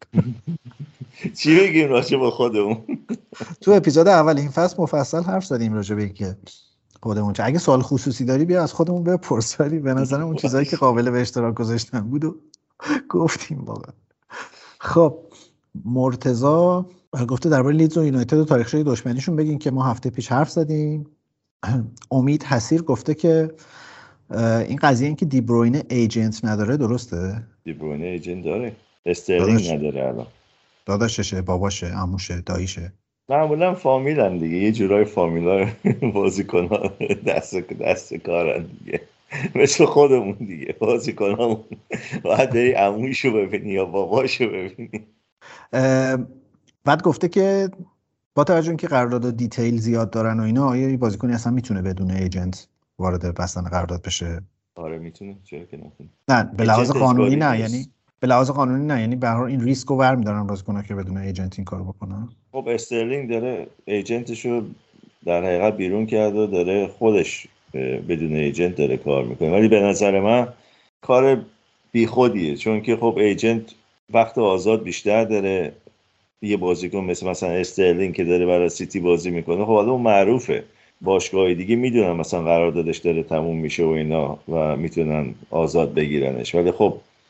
چی بگیم راجع به خودمون؟ تو اپیزود اول این فصل مفصل حرف زدیم راجع به اینکه خودمون چه. اگه سوال خصوصی داری بیا از خودمون بپرس. ولی به نظرم اون چیزایی که قابل به اشتراک گذاشتن بود و گفتیم واقعا. خب مرتضی گفته درباره لیدز و یونایتد و تاریخچه دشمنیشون بگین که ما هفته پیش حرف زدیم. امید حسیر گفته که این قضیه این که دی بروینه ایجنت نداره درسته؟ دی بروینه ایجنت داره، استرلینگ نداره الان. داداششه، باباشه، عموشه، داییشه؟ معمولا فامیلن دیگه، یه جورای فامیلا بازیکن‌ها دست دست کارن دیگه، مثل خودمون دیگه. بازیکنامون باید بری عموشو ببینی یا باباشو ببینی. بعد گفته که با توجه اینکه قرارداد دیتیل زیاد دارن و اینا، آیا یه بازیکنی اصلا میتونه بدون ایجنت وارد بستن قرارداد بشه؟ آره میتونه، چرا که نتونه. نه به لحاظ قانونی نه، یعنی به لحاظ قانونی نه، یعنی به هر حال این ریسک رو برمی‌دارن بازیکن‌ها که بدون ایجنت این کارو بکنن. خب استرلینگ داره ایجنتشو در حقیقت بیرون کرده و داره خودش بدون ایجنت داره کار میکنه، ولی به نظر من کار بیخودیه، چون که خب ایجنت وقت آزاد بیشتر داره. یه بازیکن مثل مثلا استرلینگ که داره برای سیتی بازی میکنه، خب حالا اون معروفه، باشگاهی دیگه میدونن مثلا قراردادش داره تموم میشه و اینا و میتونن آزاد بگیرنش، ولی خب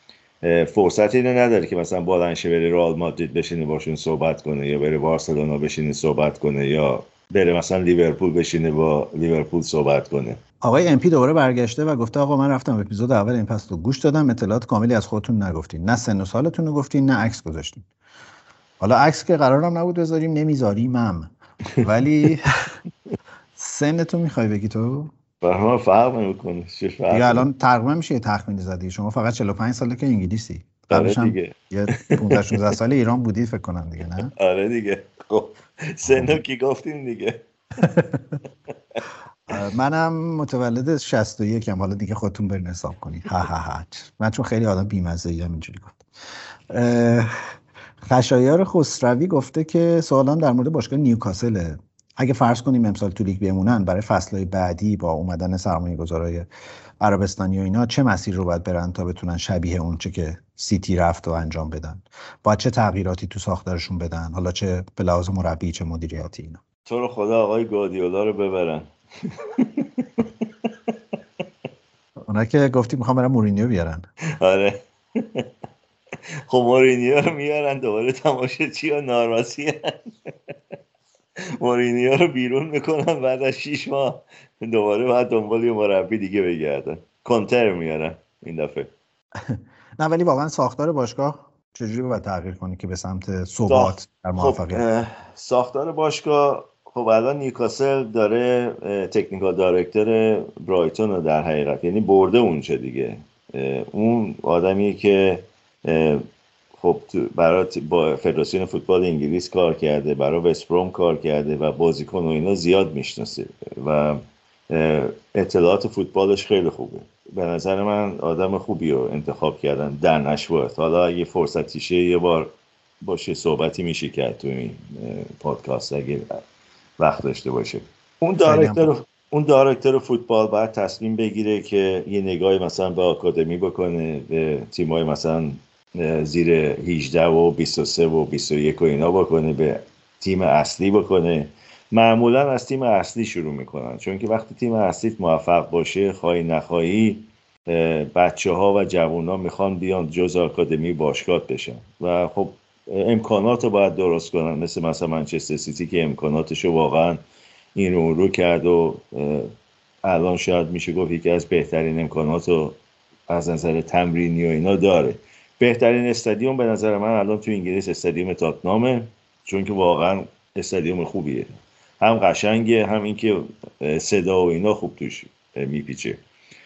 فرصت اینو نداره که مثلا بالانشه بره رئال مادرید بشینه باشون صحبت کنه یا بره بارسلونا بشینه صحبت کنه یا بره مثلا لیورپول بشینه با لیورپول صحبت کنه. آقای ام پی دوباره برگشته و گفته آقا من رفتم اپیزود اول این پست رو گوش دادم، اطلاعات کاملی از خودتون نگفتین، نه سن و سالتون رو گفتین نه عکس گذاشتین. حالا عکس که قرارم نبود بذاریم نمیذاریمم، ولی سنتون میخوای بگی تو؟ برام فرق نمیکنه. چه فرق دیگه الان تقریبا میشه یه تخمینی زدی. شما فقط چهل و پنج ساله که انگلیسی. آره دیگه. یه پانزده شانزده ساله ایران بودید فکر کنم دیگه، نه؟ آره دیگه. خب سنو کی گفتیم دیگه. منم متولد شصت و یک ام. حالا دیگه خودتون برین حساب کنید. ها ها ها. من چون خیلی آدم بی‌مزه‌ای ام اینجوری گفت. خشایار خسروی گفته که سوالم در مورد باشگاه نیوکاسله. اگه فرض کنیم امسال تو لیگ بمونن، برای فصل‌های بعدی با اومدن سرمایه‌گذارای عربستانی و اینا چه مسیر رو باید برن تا بتونن شبیه اون چه که سیتی رفت و انجام بدن؟ باید چه تغییراتی تو ساختارشون بدن؟ حالا چه به لحاظ مربی چه مدیریتی اینا؟ تو رو خدا آقای گواردیولا رو ببرن. اونا که گفتی میخوام برن مورینیو بیارن. آره. خب مورینیو رو میارن دوباره تماشاچی‌ها ناراضی هستن. مورینیو رو بیرون میکنن بعد از شیش ماه دوباره بعد دنبال یه مربی دیگه بگردن. کنتر میارن این دفعه. نه ولی واقعا ساختار باشگاه چجوری باید تغییر کنی که به سمت ثبات در موفقیت؟ خب ساختار باشگاه، خب الان نیوکاسل داره تکنیکال دایرکتور برایتون رو در حقیقت، یعنی برده اونجا دیگه. اون آدمی که خب برای با فدراسیون فوتبال انگلیس کار کرده، برای وست بروم کار کرده و بازیکن و اینا زیاد میشناسه و اطلاعات فوتبالش خیلی خوبه. به نظر من آدم خوبی رو انتخاب کردن در اشواط. حالا اگه فرصتی شه یه بار باشه صحبتی میشه کرد تو این پادکست اگه وقت داشته باشه. اون دایرکتور اون دایرکتور فوتبال باید تصمیم بگیره که یه نگاهی مثلا به آکادمی بکنه، به تیمای مثلا زیر هجده و بیست و سه و بیست و یک و اینا بکنه، به تیم اصلی بکنه. معمولا از تیم اصلی شروع میکنن، چون که وقتی تیم اصلی موفق باشه خواهی نخواهی بچه ها و جوان ها میخوان بیان جز آکادمی باشگاه بشن و خب امکانات رو باید درست کنن، مثل مثلا منچستر سیتی که امکاناتش رو واقعا این رو رو کرد و الان شاید میشه گفت یکی از بهترین امکانات رو از نظر تمرینی و اینا داره. بهترین استادیوم به نظر من الان تو انگلیس استادیوم تاتنامه، چون که واقعا استادیوم خوبیه، هم قشنگه هم اینکه صدا و اینا خوب توش میپیچه.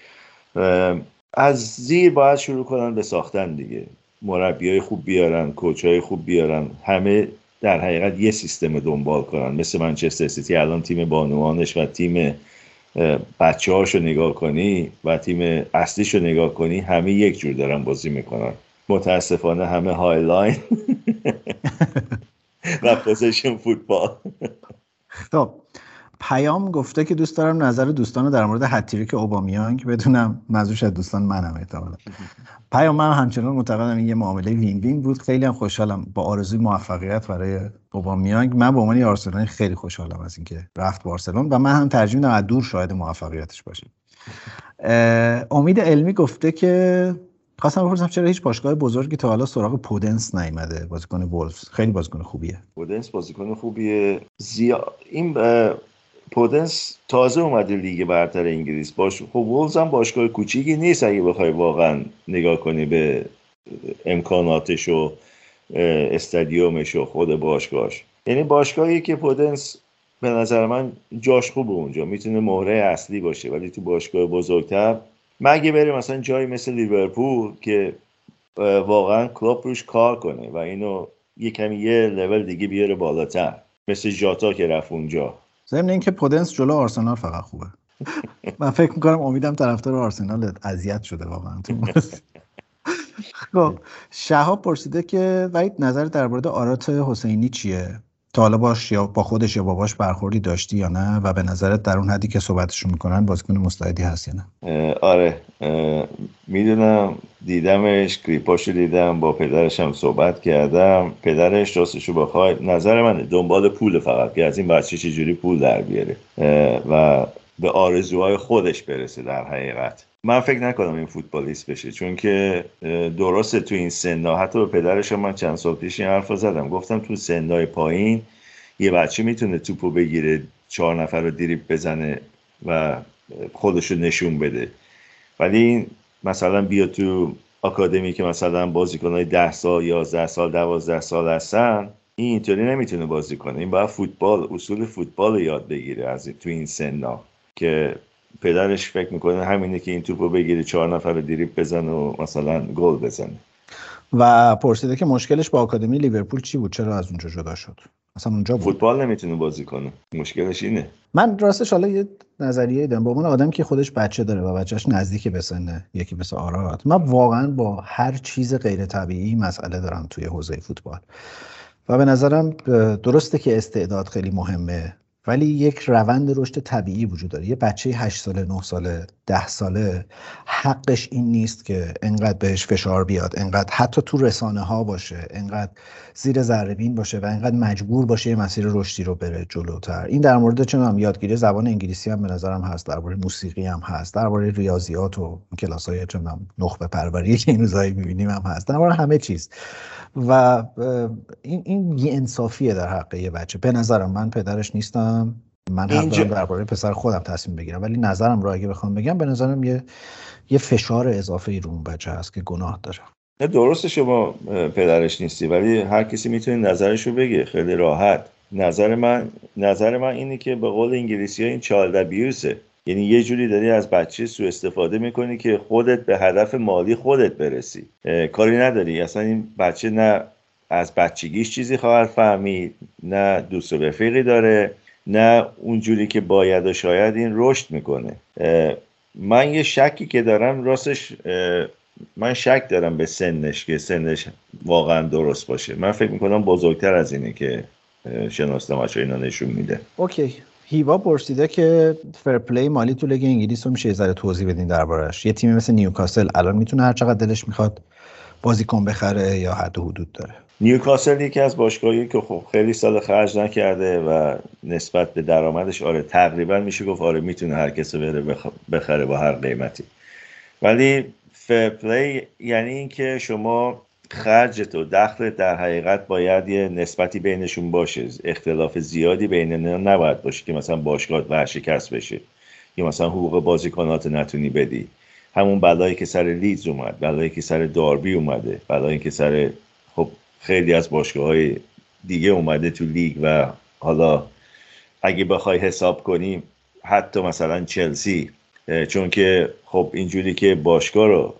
از زیر باید شروع کنن به ساختن دیگه، مربیای خوب بیارن، کوچای خوب بیارن، همه در حقیقت یه سیستم دنبال کنن. مثل منچستر سیتی الان تیم بانوانش و تیم بچه هاشو نگاه کنی و تیم اصلیشو نگاه کنی، همه یک جور دارن بازی میکنن. متاسفانه همه هایلاین و پوزیشن فوتبال. خب پیام گفته که دوست دارم نظر دوستان در مورد هتریک اوبامیانگ بدونم. منظورش از دوستان منم احتمالاً. پیام من همچنان معتقدم این یه معامله وین وین بود. خیلی هم خوشحالم با آرزوی موفقیت برای اوبامیانگ. من به عنوان آرسنالی خیلی خوشحالم از اینکه رفت بارسلون و من هم ترجیح میدم از دور شاهد موفقیتش باشیم. امید علمی گفته که خواستم بپرسم چرا هیچ باشگاه بزرگی تا حالا سراغ پودنس نیامده، بازیکن وولفز. خیلی بازیکن خوبیه. پودنس بازیکن خوبیه. زیاد این پودنس تازه اومده لیگ برتر انگلیس باش. خب وولفز هم باشگاه کوچیکی نیست اگه بخوای واقعا نگاه کنی به امکاناتش و استادیومش و خود باشگاهش. یعنی باشگاهی که پودنس به نظر من جاش خوبه اونجا، میتونه مهره اصلی باشه، ولی تو باشگاه بزرگتر مگه بره مثلا جایی مثل لیورپول که واقعا کلوب روش کار کنه و اینو یه کمی یه لول دیگه بیاره بالاتر، مثل ژاتا که رفت اونجا. ضمن اینکه پودنس جلو آرسنال فقط خوبه. من فکر میکنم امیدم طرفدار آرسنال اذیت شده واقعا تو. خب شهاب پرسیده که وحید نظر در مورد آرات حسینی چیه؟ تا حالا باش یا با خودش یا باباش برخوردی داشتی یا نه و به نظرت در اون حدی که صحبتشون میکنن بازیکن مستعدی هست یا نه؟ آره میدونم، دیدمش، کلیپاشو دیدم، با پدرش هم صحبت کردم. پدرش راستشو بخوای نظر من دنبال پول فقط که از این بچه چجوری پول در بیاره و به آرزوهای خودش برسه در حقیقت. من فکر نکنم این فوتبالیست بشه، چون که درسته تو این سن‌ها، حتی به پدرش من چند سال پیش این حرفو زدم، گفتم تو سن‌های پایین یه بچه میتونه توپو بگیره، چهار نفر رو دریبل بزنه و خودشو نشون بده، ولی مثلا بیا تو آکادمی که مثلا بازیکنای ده سال، یازده سال، دوازده سال هستن، این اینطوری نمیتونه بازی کنه. این باید فوتبال، اصول فوتبال رو یاد بگیره از تو این سن‌ها، که پدرش فکر میکنه همینه که این توپو بگیره، چهار نفر رو دریبل بزنه و مثلا گل بزنه. و پرسیده که مشکلش با آکادمی لیورپول چی بود، چرا از اونجا جدا شد؟ اصلا اونجا بود. فوتبال نمیتونه بازی کنه، مشکلش اینه. من راستش حالا یه نظریه دارم، با اون آدمی که خودش بچه داره و بچه‌اش نزدیک به سنه، یکی مثل آراد، من واقعا با هر چیز غیر طبیعی مسئله دارم توی حوزه فوتبال و به نظرم درسته که استعداد خیلی مهمه، ولی یک روند رشد طبیعی وجود داره. یه بچه هشت ساله، نه ساله، ده ساله حقش این نیست که انقدر بهش فشار بیاد، انقدر حتی تو رسانه ها باشه، انقدر زیر ذره بین باشه و انقدر مجبور باشه یه مسیر رشدی رو بره جلوتر. این در مورد چه می‌دونم یادگیری زبان انگلیسی هم به نظرم هست، درباره موسیقی هم هست، درباره ریاضیات و کلاس‌های چه می‌دونم نخبه پروری که این روزایی می‌بینیم هم هست، درباره همه چیز. و این این بی‌انصافیه در حق یه بچه به نظرم. من پدرش نیستم، من حق دارم درباره پسر خودم تصمیم بگیرم، ولی نظرم رو اگه بخوام بگم به نظرم یه یه فشار اضافه‌ای رو اون بچه هست که گناه داره. نه درسته شما پدرش نیستی، ولی هر کسی میتونه نظرش رو بگه خیلی راحت. نظر من نظر من اینه که به قول انگلیسی‌ها این چایلد ابیوزه، یعنی یه جوری داری از بچه سوء استفاده میکنی که خودت به هدف مالی خودت برسی. کاری نداری، اصلا این بچه نه از بچگیش چیزی خواهد فهمید، نه دوست و رفیقی داره، نه اونجوری که باید و شاید این رشد میکنه. من یه شکی که دارم راستش، من شک دارم به سنش که سنش واقعا درست باشه. من فکر میکنم بزرگتر از اینه که شناسنامه‌اش اینا نشون میده. اوکی. هیوا پرسیده که فرپلی مالی تو لیگ انگلیس رو میشه یه ذره توضیح بدین دربارش؟ یه تیمی مثل نیوکاسل الان میتونه هر چقدر دلش میخواد بازیکن بخره یا حد و حدود داره؟ نیوکاسل یکی از باشگاهایی که خب خیلی سال خرج نکرده و نسبت به درآمدش آره تقریبا میشه گفت آره میتونه هر کسی بره بخ... بخره با هر قیمتی. ولی فرپلی یعنی این که شما خرجت و دخلت در حقیقت باید یه نسبتی بینشون باشه، اختلاف زیادی بین اینا نباید باشه که مثلا باشگاه ورشکست بشه یا مثلا حقوق بازیکنات نتونی بدی. همون بلایی که سر لیدز اومد، بلایی که سر داربی اومده، بلایی که سر خب خیلی از باشگاه‌های دیگه اومده تو لیگ و حالا اگه بخوای حساب کنیم حتی مثلا چلسی، چون که خب اینجوری که باشگاه رو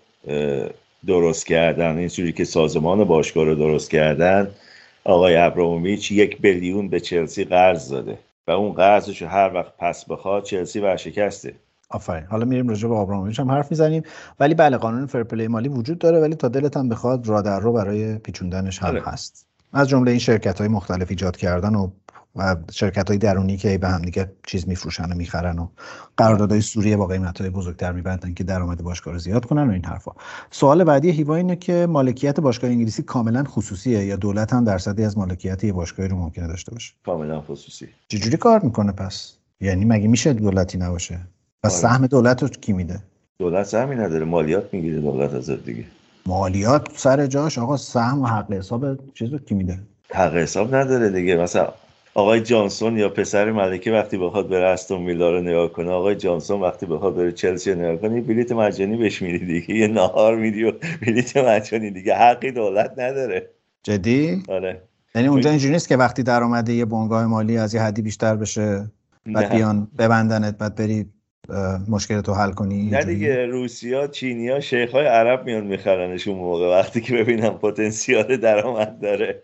درست کردن، اینجوری که سازمان باشگاه رو درست کردن، آقای ابراموویچ یک بیلیون به چلسی قرض داده و اون قرضش هر وقت پس بخواد چلسی ورشکسته. آفرین. حالا میریم راجع به ابراموویچ هم حرف میزنیم، ولی بله قانون فرپلی مالی وجود داره، ولی تا دلت هم بخواد راه در رو برای پیچوندنش هم داره. هست. از جمله این شرکت‌های مختلف ایجاد کردن و و شرکت‌های درونی که به هم دیگه چیز میفروشن و میخرن و قراردادهای سوریه با قیمت‌های بزرگتر میبندن که درآمد باشگاه رو زیاد کنن و این حرفا. سوال بعدی هیوا اینه که مالکیت باشگاه انگلیسی کاملا خصوصیه یا دولت هم درصدی از مالکیت یه باشگاهی رو ممکنه داشته باشه؟ کاملا خصوصی. چجوری کار میکنه پس؟ یعنی مگه میشه دولتی نباشه؟ و سهم دولت رو کی میده؟ دولت سهمی نداره، مالیات میگیره دولت ازت دیگه. مالیات سر جاش، آقا سهم و حق حساب چیزو کی میده؟ حق حساب نداره دیگه. مثلا آقای جانسون یا پسر ملکه وقتی بخواد بره استون ویلا رو نگاه کنه، آقای جانسون وقتی بخواد بره چلسی رو نگاه کنه، بلیت مجانی بهش میدی دیگه، یه نهار میدی و بلیت مجانی دیگه، حقی دولت نداره. جدی؟ آره. یعنی اونجا اینجوری نیست که وقتی درآمد یه بنگاه مالی از یه حدی بیشتر بشه بعد بیان ببندنت بعد بری مشکل تو حل کنی؟ نه دیگه، روسیا، چینیا، شیخ‌های عرب میان میخرنشون موقع وقتی که ببینن پتانسیل درآمد داره.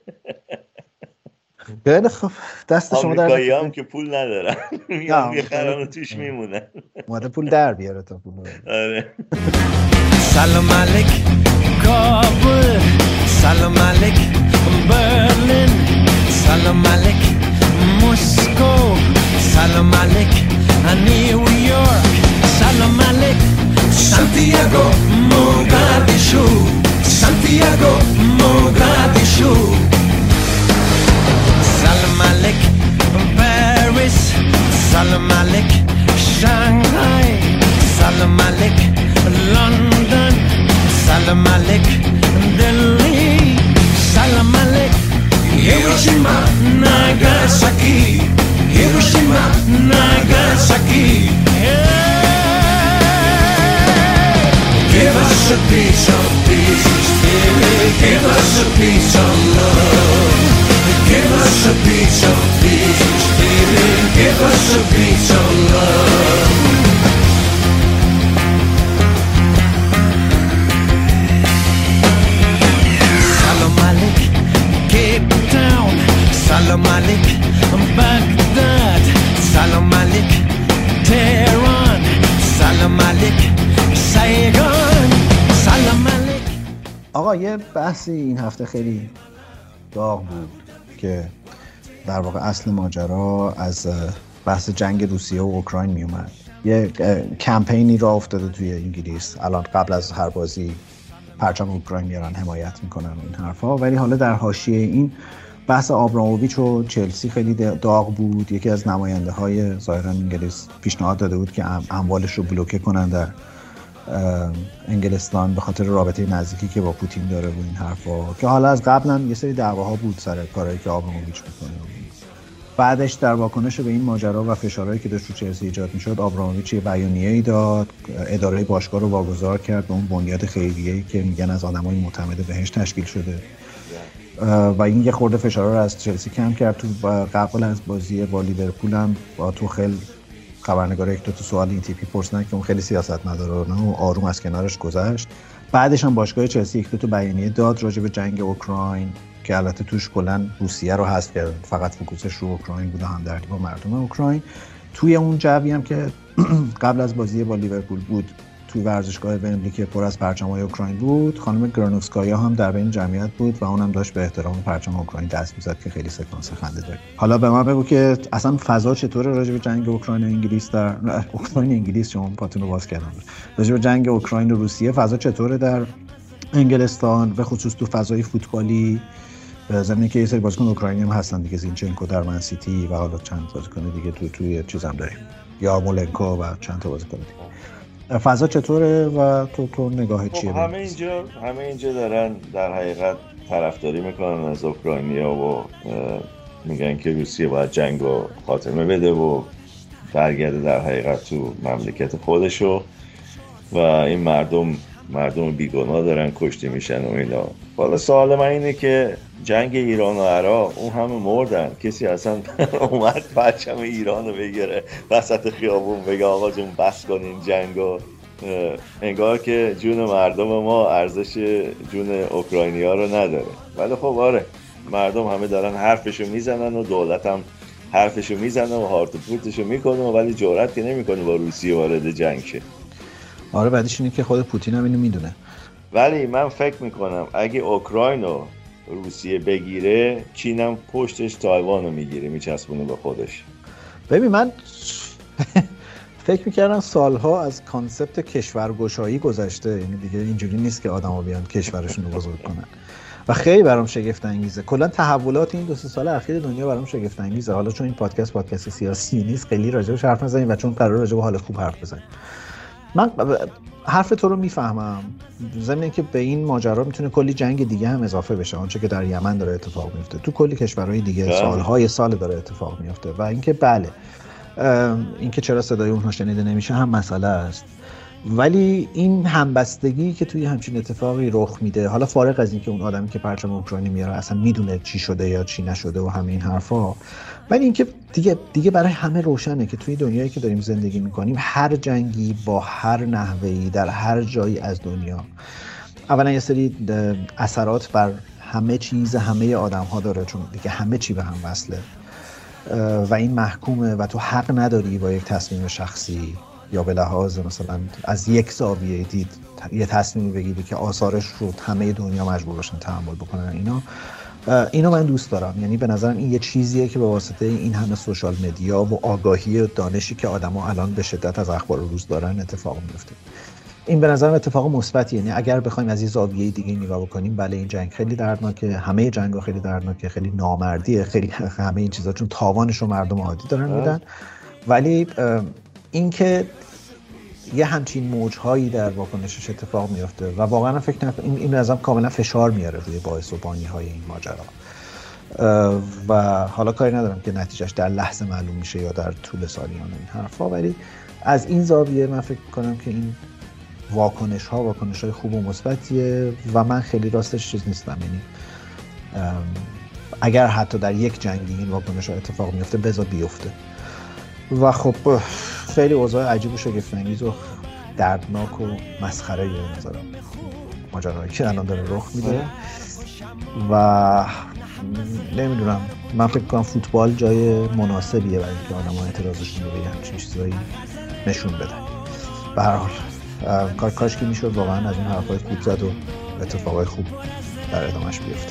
خیلی خب دست شما در آمریکایی هم که پول ندارن میان میخرن و توش میمونن. ماده پول در بیاره تا پول. آره. سلام علیک کابل، سلام علیک برلین، سلام علیک مسکو، سلام علیک نیویورک، سلام علیک سانتیاگو موگادیشو، سانتیاگو موگادیشو، سلام علیک پاریس، سلام علیک شانگهای، سلام علیک Salam Alik, Delhi, Salam Alik, Hiroshima, Nagasaki, Hiroshima, Nagasaki. Yeah. Give us a piece of peace, Spirit. Give us a piece of love. Give us a piece of peace, Spirit. Give us a piece of love. Salam Alik, Cape Town. Salam Alik, Baghdad. Salam Alik, Tehran. Salam Alik, Saigon. Salam Alik. آقا یه بحثی این هفته خیلی داغ بود که در واقع اصل ماجرا از بحث جنگ روسیه و اوکراین می اومد. یه کمپینی راه افتاده توی انگلیس الان قبل از هر بازی پرچم اوکراین میارن حمایت میکنن این حرفا، ولی حالا در حاشیه این بحث آبراموویچ و چلسی خیلی داغ بود. یکی از نماینده های ظاهرا انگلیس پیشنهاد داده بود که اموالش رو بلوکه کنن در انگلستان به خاطر رابطه نزدیکی که با پوتین داره و این حرفا، که حالا از قبل هم یه سری دعواها بود سر کارهایی که آبراموویچ میکنه. بعدش در واکنش به این ماجرا و فشارهایی که داشت رو چلسی ایجاد میشد، آبراموویچ یه بیانیه‌ای داد، اداره باشگاه رو واگذار کرد به اون بنیاد خیریه‌ای که میگن از آدمای معتمد بهش تشکیل شده و این یه خورده فشارها رو از چلسی کم کرد. تو قبل از بازی با لیورپول هم با توخل خبرنگار یک دو تا سوال این تیپی پرسیدن که اون خیلی سیاستمدارانه و آروم از کنارش گذشت. بعدش هم باشگاه چلسی یک دو تا بیانیه داد راجع به جنگ اوکراین که البته توش کلا روسیه رو حذف کرد، فقط فوکوسش رو اوکراین بود و همدردی با مردم اوکراین. توی اون جوی هم که قبل از بازی با لیورپول بود توی ورزشگاه ومبلی که پر از پرچم‌های اوکراین بود، خانم گرانوفسکایا هم در بین جمعیت بود و اونم داشت به احترام پرچم اوکراین دست می‌زد که خیلی سکانس خنده داره. حالا به ما بگو که اصلا فضا چطوره راجع به جنگ اوکراین و انگلیس در اوکراین انگلیس شما پاتونو باز کردن، راجع به جنگ اوکراین و روسیه فضا چطوره در انگلستان، به خصوص تو فضای فوتبالی، زمینی که یه سری بازیکن اوکراینی هم هستن دیگه، زینچنکو در من سیتی و حالا چند بازیکن دیگه تو توی چیزام داریم، یا مولنکو و چند تا بازیکن دیگه. فضا چطوره و تو تو نگاه چیه؟ خب همه اینجا همه اینجا دارن در حقیقت طرفداری میکنن از اوکراینیا و میگن که روسیه باید جنگ رو خاتمه بده و برگرده در حقیقت تو مملکت خودشو و این مردم مردم بیگناه دارن کشته میشن و اینا. حالا سوال من اینه که جنگ ایران و عراق اون همه مردن، کسی اصلا اومد پرچم ایران رو بگیره وسط خیابون بگه آقا جون بس کن این جنگو؟ انگار که جون مردم ما ارزش جون اوکراینیا رو نداره. ولی خب آره، مردم همه دارن حرفشو میزنن و دولت هم حرفشو میزنه و هارت و پورتشو میکنه، ولی جرأت که نمیکنه با روسیه وارد جنگ شه. آره بعدش اینه که خود پوتین هم اینو میدونه. ولی من فکر میکنم اگه اوکراین رو روسیه بگیره، چین هم پشتش تایوان رو میگیره میچسبونه به خودش. ببین من فکر میکردم سالها از کانسپت کشورگشایی گذشته، یعنی دیگه اینجوری نیست که آدما بیان کشورشون رو بزرگ کنن و خیلی برام شگفت انگیزه. کلا تحولات این دو سه سال اخیر دنیا برام شگفت انگیزه. حالا چون این پادکست پادکست سیاسی نیست خیلی راجعش حرف نزنیم و چون قراره راجع به حال خوب حرف بزنیم. من حرف تو رو میفهمم، ضمن اینکه به این ماجرا میتونه کلی جنگ دیگه هم اضافه بشه، آنچه که در یمن داره اتفاق میفته تو کلی کشورهای دیگه سالهای سال داره اتفاق میفته و اینکه بله اینکه چرا صدای اونها شنیده نمیشه هم مسئله است. ولی این همبستگی که توی همچین اتفاقی رخ میده، حالا فارغ از اینکه اون آدمی که پرچم اوکراینی میاره اصلا میدونه چی شده یا چی نشده و همه این حرفا، ولی اینکه دیگه دیگه برای همه روشنه که توی دنیایی که داریم زندگی میکنیم هر جنگی با هر نحوهی در هر جایی از دنیا اولا یه سری اثرات بر همه چیز همه آدم‌ها داره، چون دیگه همه چی به هم وصله و این محکومه و تو حق نداری با یک تصمیم شخصی یا به لحاظ مثلا از یک زاویه دید یه تصمیمی بگیری که آثارش رو همه دنیا مجبور باشن تحمل بکنن. اینا اینو من دوست دارم، یعنی به نظرم این یه چیزیه که به واسطه این همه سوشال مدیا و آگاهی و دانشی که آدما الان به شدت از اخبار روز دارن اتفاق میفته. این به نظرم اتفاق مثبتیه. یعنی اگر بخوایم از یه زاویه دیگه نگاه بکنیم، بله این جنگ خیلی دردناکه، همه جنگ‌ها خیلی دردناکه، خیلی نامردیه، خیلی همه این چیزا چون تاوانش رو مردم عادی دارن میدن، ولی این که یه همچین موج‌هایی در واکنشش اتفاق میفته و واقعا فکر نکنم این این نظام کاملا فشار میاره روی باعث و بانی‌های این ماجرا و حالا کاری ندارم که نتیجهش در لحظه معلوم میشه یا در طول سالیان این حرفا، ولی از این زاویه من فکر می‌کنم که این واکنش‌ها واکنش‌های خوب و مثبتیه و من خیلی راستش چیز نیستم، یعنی اگر حتی در یک جنگی این واکنش‌ها اتفاق میفته بذار بیفته. و خب خیلی اوضاع عجیب و شگفت‌انگیز و دردناک و مسخره به نظرم ماجرایی که الان داره رخ میده و نمیدونم، من فکر کنم فوتبال جای مناسبیه برای اینکه آدم‌ها اعتراضشون رو به همچین چیزایی نشون بدن. به هر حال کار کاش که میشد واقعا از این حرفای خوب زد و اتفاقای خوب در ادامهش بیفته.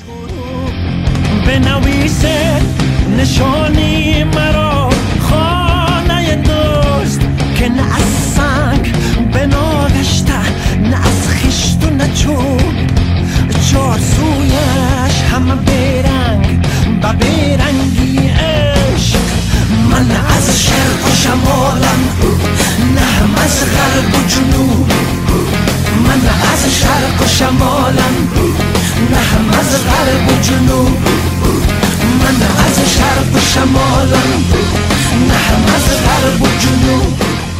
بنویسه نشانی مرا خانه دوست که نه از سنگ بنا گشته، نه از خشت و نه چوب، چار سویش همه بیرنگ و بیرنگی عشق. من از شرق و شمالم، نه هم از غرب و جنوب. من از شرق و شمالم، نه هم از غرب و جنوب. من از شرق و شمالم، نه هم از غرب و جنوب.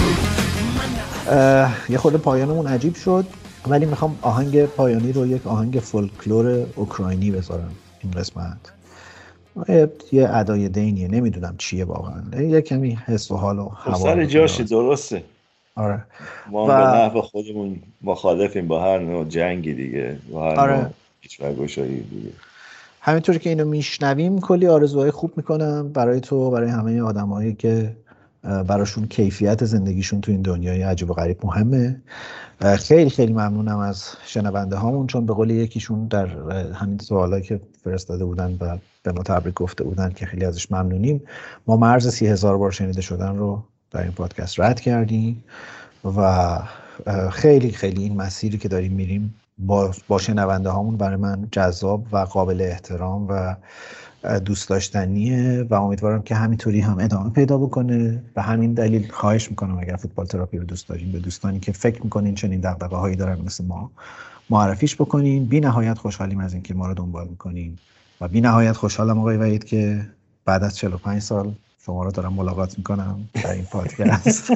یه خورده پایانمون عجیب شد، ولی میخوام آهنگ پایانی رو یک آهنگ فولکلور اوکراینی بذارم این قسمت. یه ادای دینیه، نمیدونم چیه واقعا، یه کمی حس و حال و هوا سر جاشه. درسته. آره. ما و... به نحو خودمون مخالفیم با هر نوع جنگی دیگه، با هر آره. نوع کشورگشایی دیگه. همینطوری که اینو میشنویم کلی آرزوهای خوب میکنم برای تو، برای همه آدمایی که براشون کیفیت زندگیشون تو این دنیای عجیب و غریب مهمه. خیلی خیلی ممنونم از شنونده هامون، چون به قول یکیشون در همین سوالایی که فرستاده بودن و به ما تبریک گفته بودن که خیلی ازش ممنونیم، ما مرز سی هزار بار شنیده شدن رو در این پادکست رد کردیم و خیلی خیلی این مسیری که داریم میریم با با شنونده هامون برای من جذاب و قابل احترام و دوست داشتنیه و امیدوارم که همینطوری هم ادامه پیدا بکنه. به همین دلیل خواهش میکنم اگر فوتبال تراپی رو دوست دارین به دوستانی که فکر میکنین چنین دغدغه‌هایی دارن مثل ما معرفیش بکنین. بی نهایت خوشحالیم از اینکه ما رو دنبال میکنین و بی نهایت خوشحالم آقای وحید که بعد از چهل و پنج سال شما رو دارم ملاقات میکنم در این پادکست.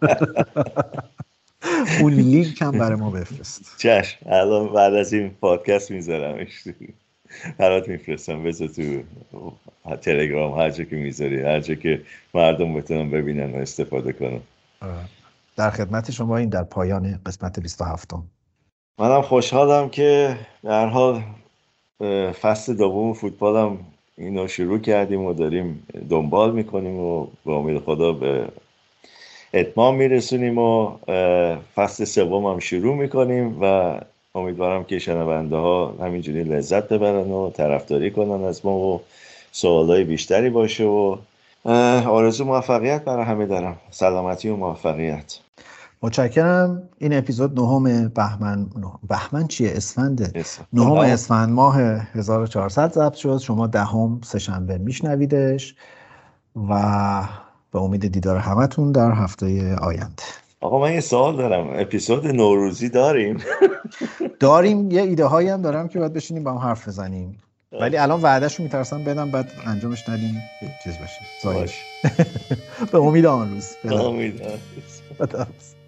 اون لینک هم برای ما بفرست. چشم، الان بعد از این پادکست میذارمش، برات میفرستم، بذار تو تلگرام، هر جا که میذاری، هر جا که مردم بتونن ببینن و استفاده کنن. در خدمت شما این در پایان قسمت بیست و هفتم. منم خوشحالم که به هر حال فصل دوم فوتبالم اینو شروع کردیم و داریم دنبال میکنیم و با امید خدا به اتمام میرسونیم و فصل سوم هم شروع میکنیم و امیدوارم که شنونده ها همینجوری لذت ببرن و طرفداری کنن از ما و سوالای بیشتری باشه و آرزو موفقیت برای همه دارم. سلامتی و موفقیت. متشکرم. این اپیزود نهم بهمن بهمن چیه اسفند نهم اسفند ماه هزار و چهارصد ضبط شد. شما دهم سه‌شنبه میشنویدش و به امید دیدار همتون در هفته آینده. آقا من یه سوال دارم، اپیزود نوروزی داریم؟ داریم، یه ایده هایی هم دارم که باید بشینیم با هم حرف بزنیم، ولی الان وعدهشو میترسم بدم بعد انجامش ندیم چیز بشه زایش. به امید آن روز. به امید آن روز.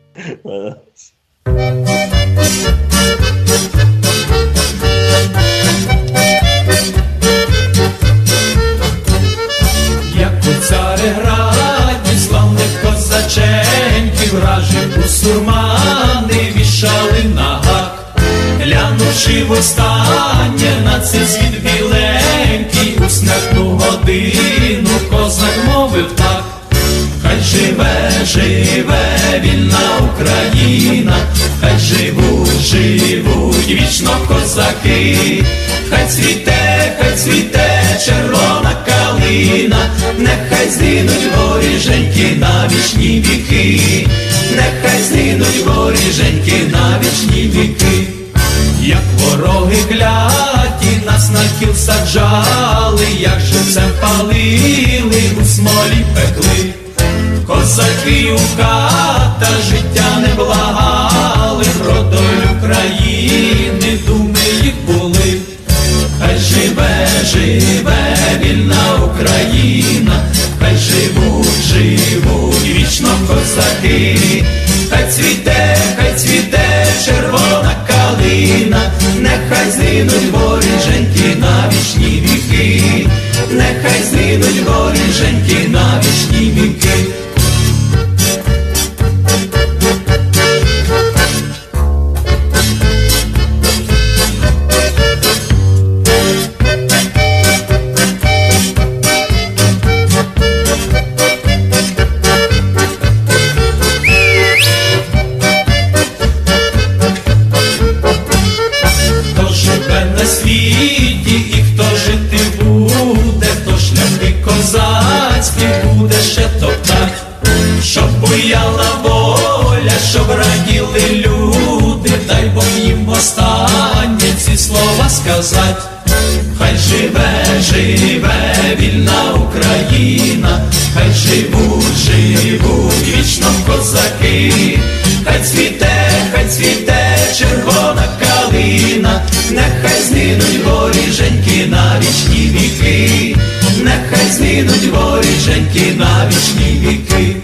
Як у Цареграді славних козаченьків вражі бусурмани вішали на гак, глянувши востаннє на цей світ біленький, у смертну годину козак мовив так: хай живе, живе вільна Україна, хай живуть, живуть вічно козаки, хай цвіте, хай цвіте червона калина, нехай згинуть воріженьки на вічні віки, нехай згинуть воріженьки на вічні віки. Як вороги кляті нас на кіл саджали, як живцем палили, у смолі пекли, козаки у ката життя не бла. Хай живе, живе вільна Україна, хай живуть, живуть вічно козаки, хай цвіте, хай цвіте червона калина, нехай згинуть воріженьки на вічні віки, нехай згинуть воріженьки на вічні віки. Щоб раділи люди, дай Бог їм останнє ці слова сказать. Хай живе, живе вільна Україна, хай живуть, живуть вічно козаки, хай цвіте, хай цвіте червона калина, нехай згинуть воріженьки на вічні віки, нехай згинуть воріженьки на вічні віки.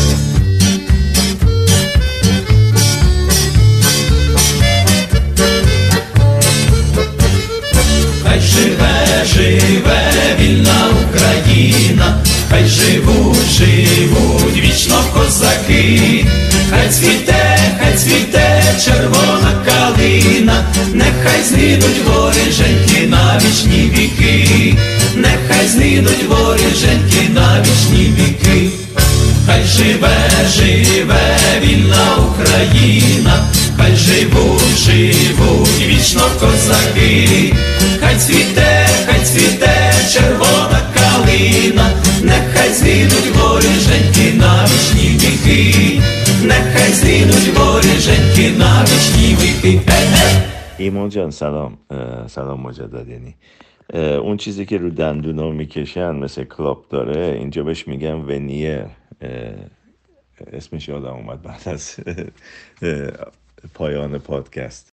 Живе вільна Україна, хай живуть, живуть вічно козаки, хай цвіте, хай цвіте червона калина, нехай згинуть воріженьки на вічні віки, нехай згинуть воріженьки на вічні віки. Хай живе, живе вільна Україна, хай живуть, живуть вічно козаки, хай цвіте, хай цвіте червона калина, нехай згинуть воріженьки на вічні віки, нехай згинуть воріженьки на ویشنی ویپی. ایمان جان سلام. سلام مجدد. یعنی اون چیزی که رو دندونا میکشن مثل کلاپ داره اینجا بهش میگن ونیر. اسمش یادم اومد بعد از پایان پادکست.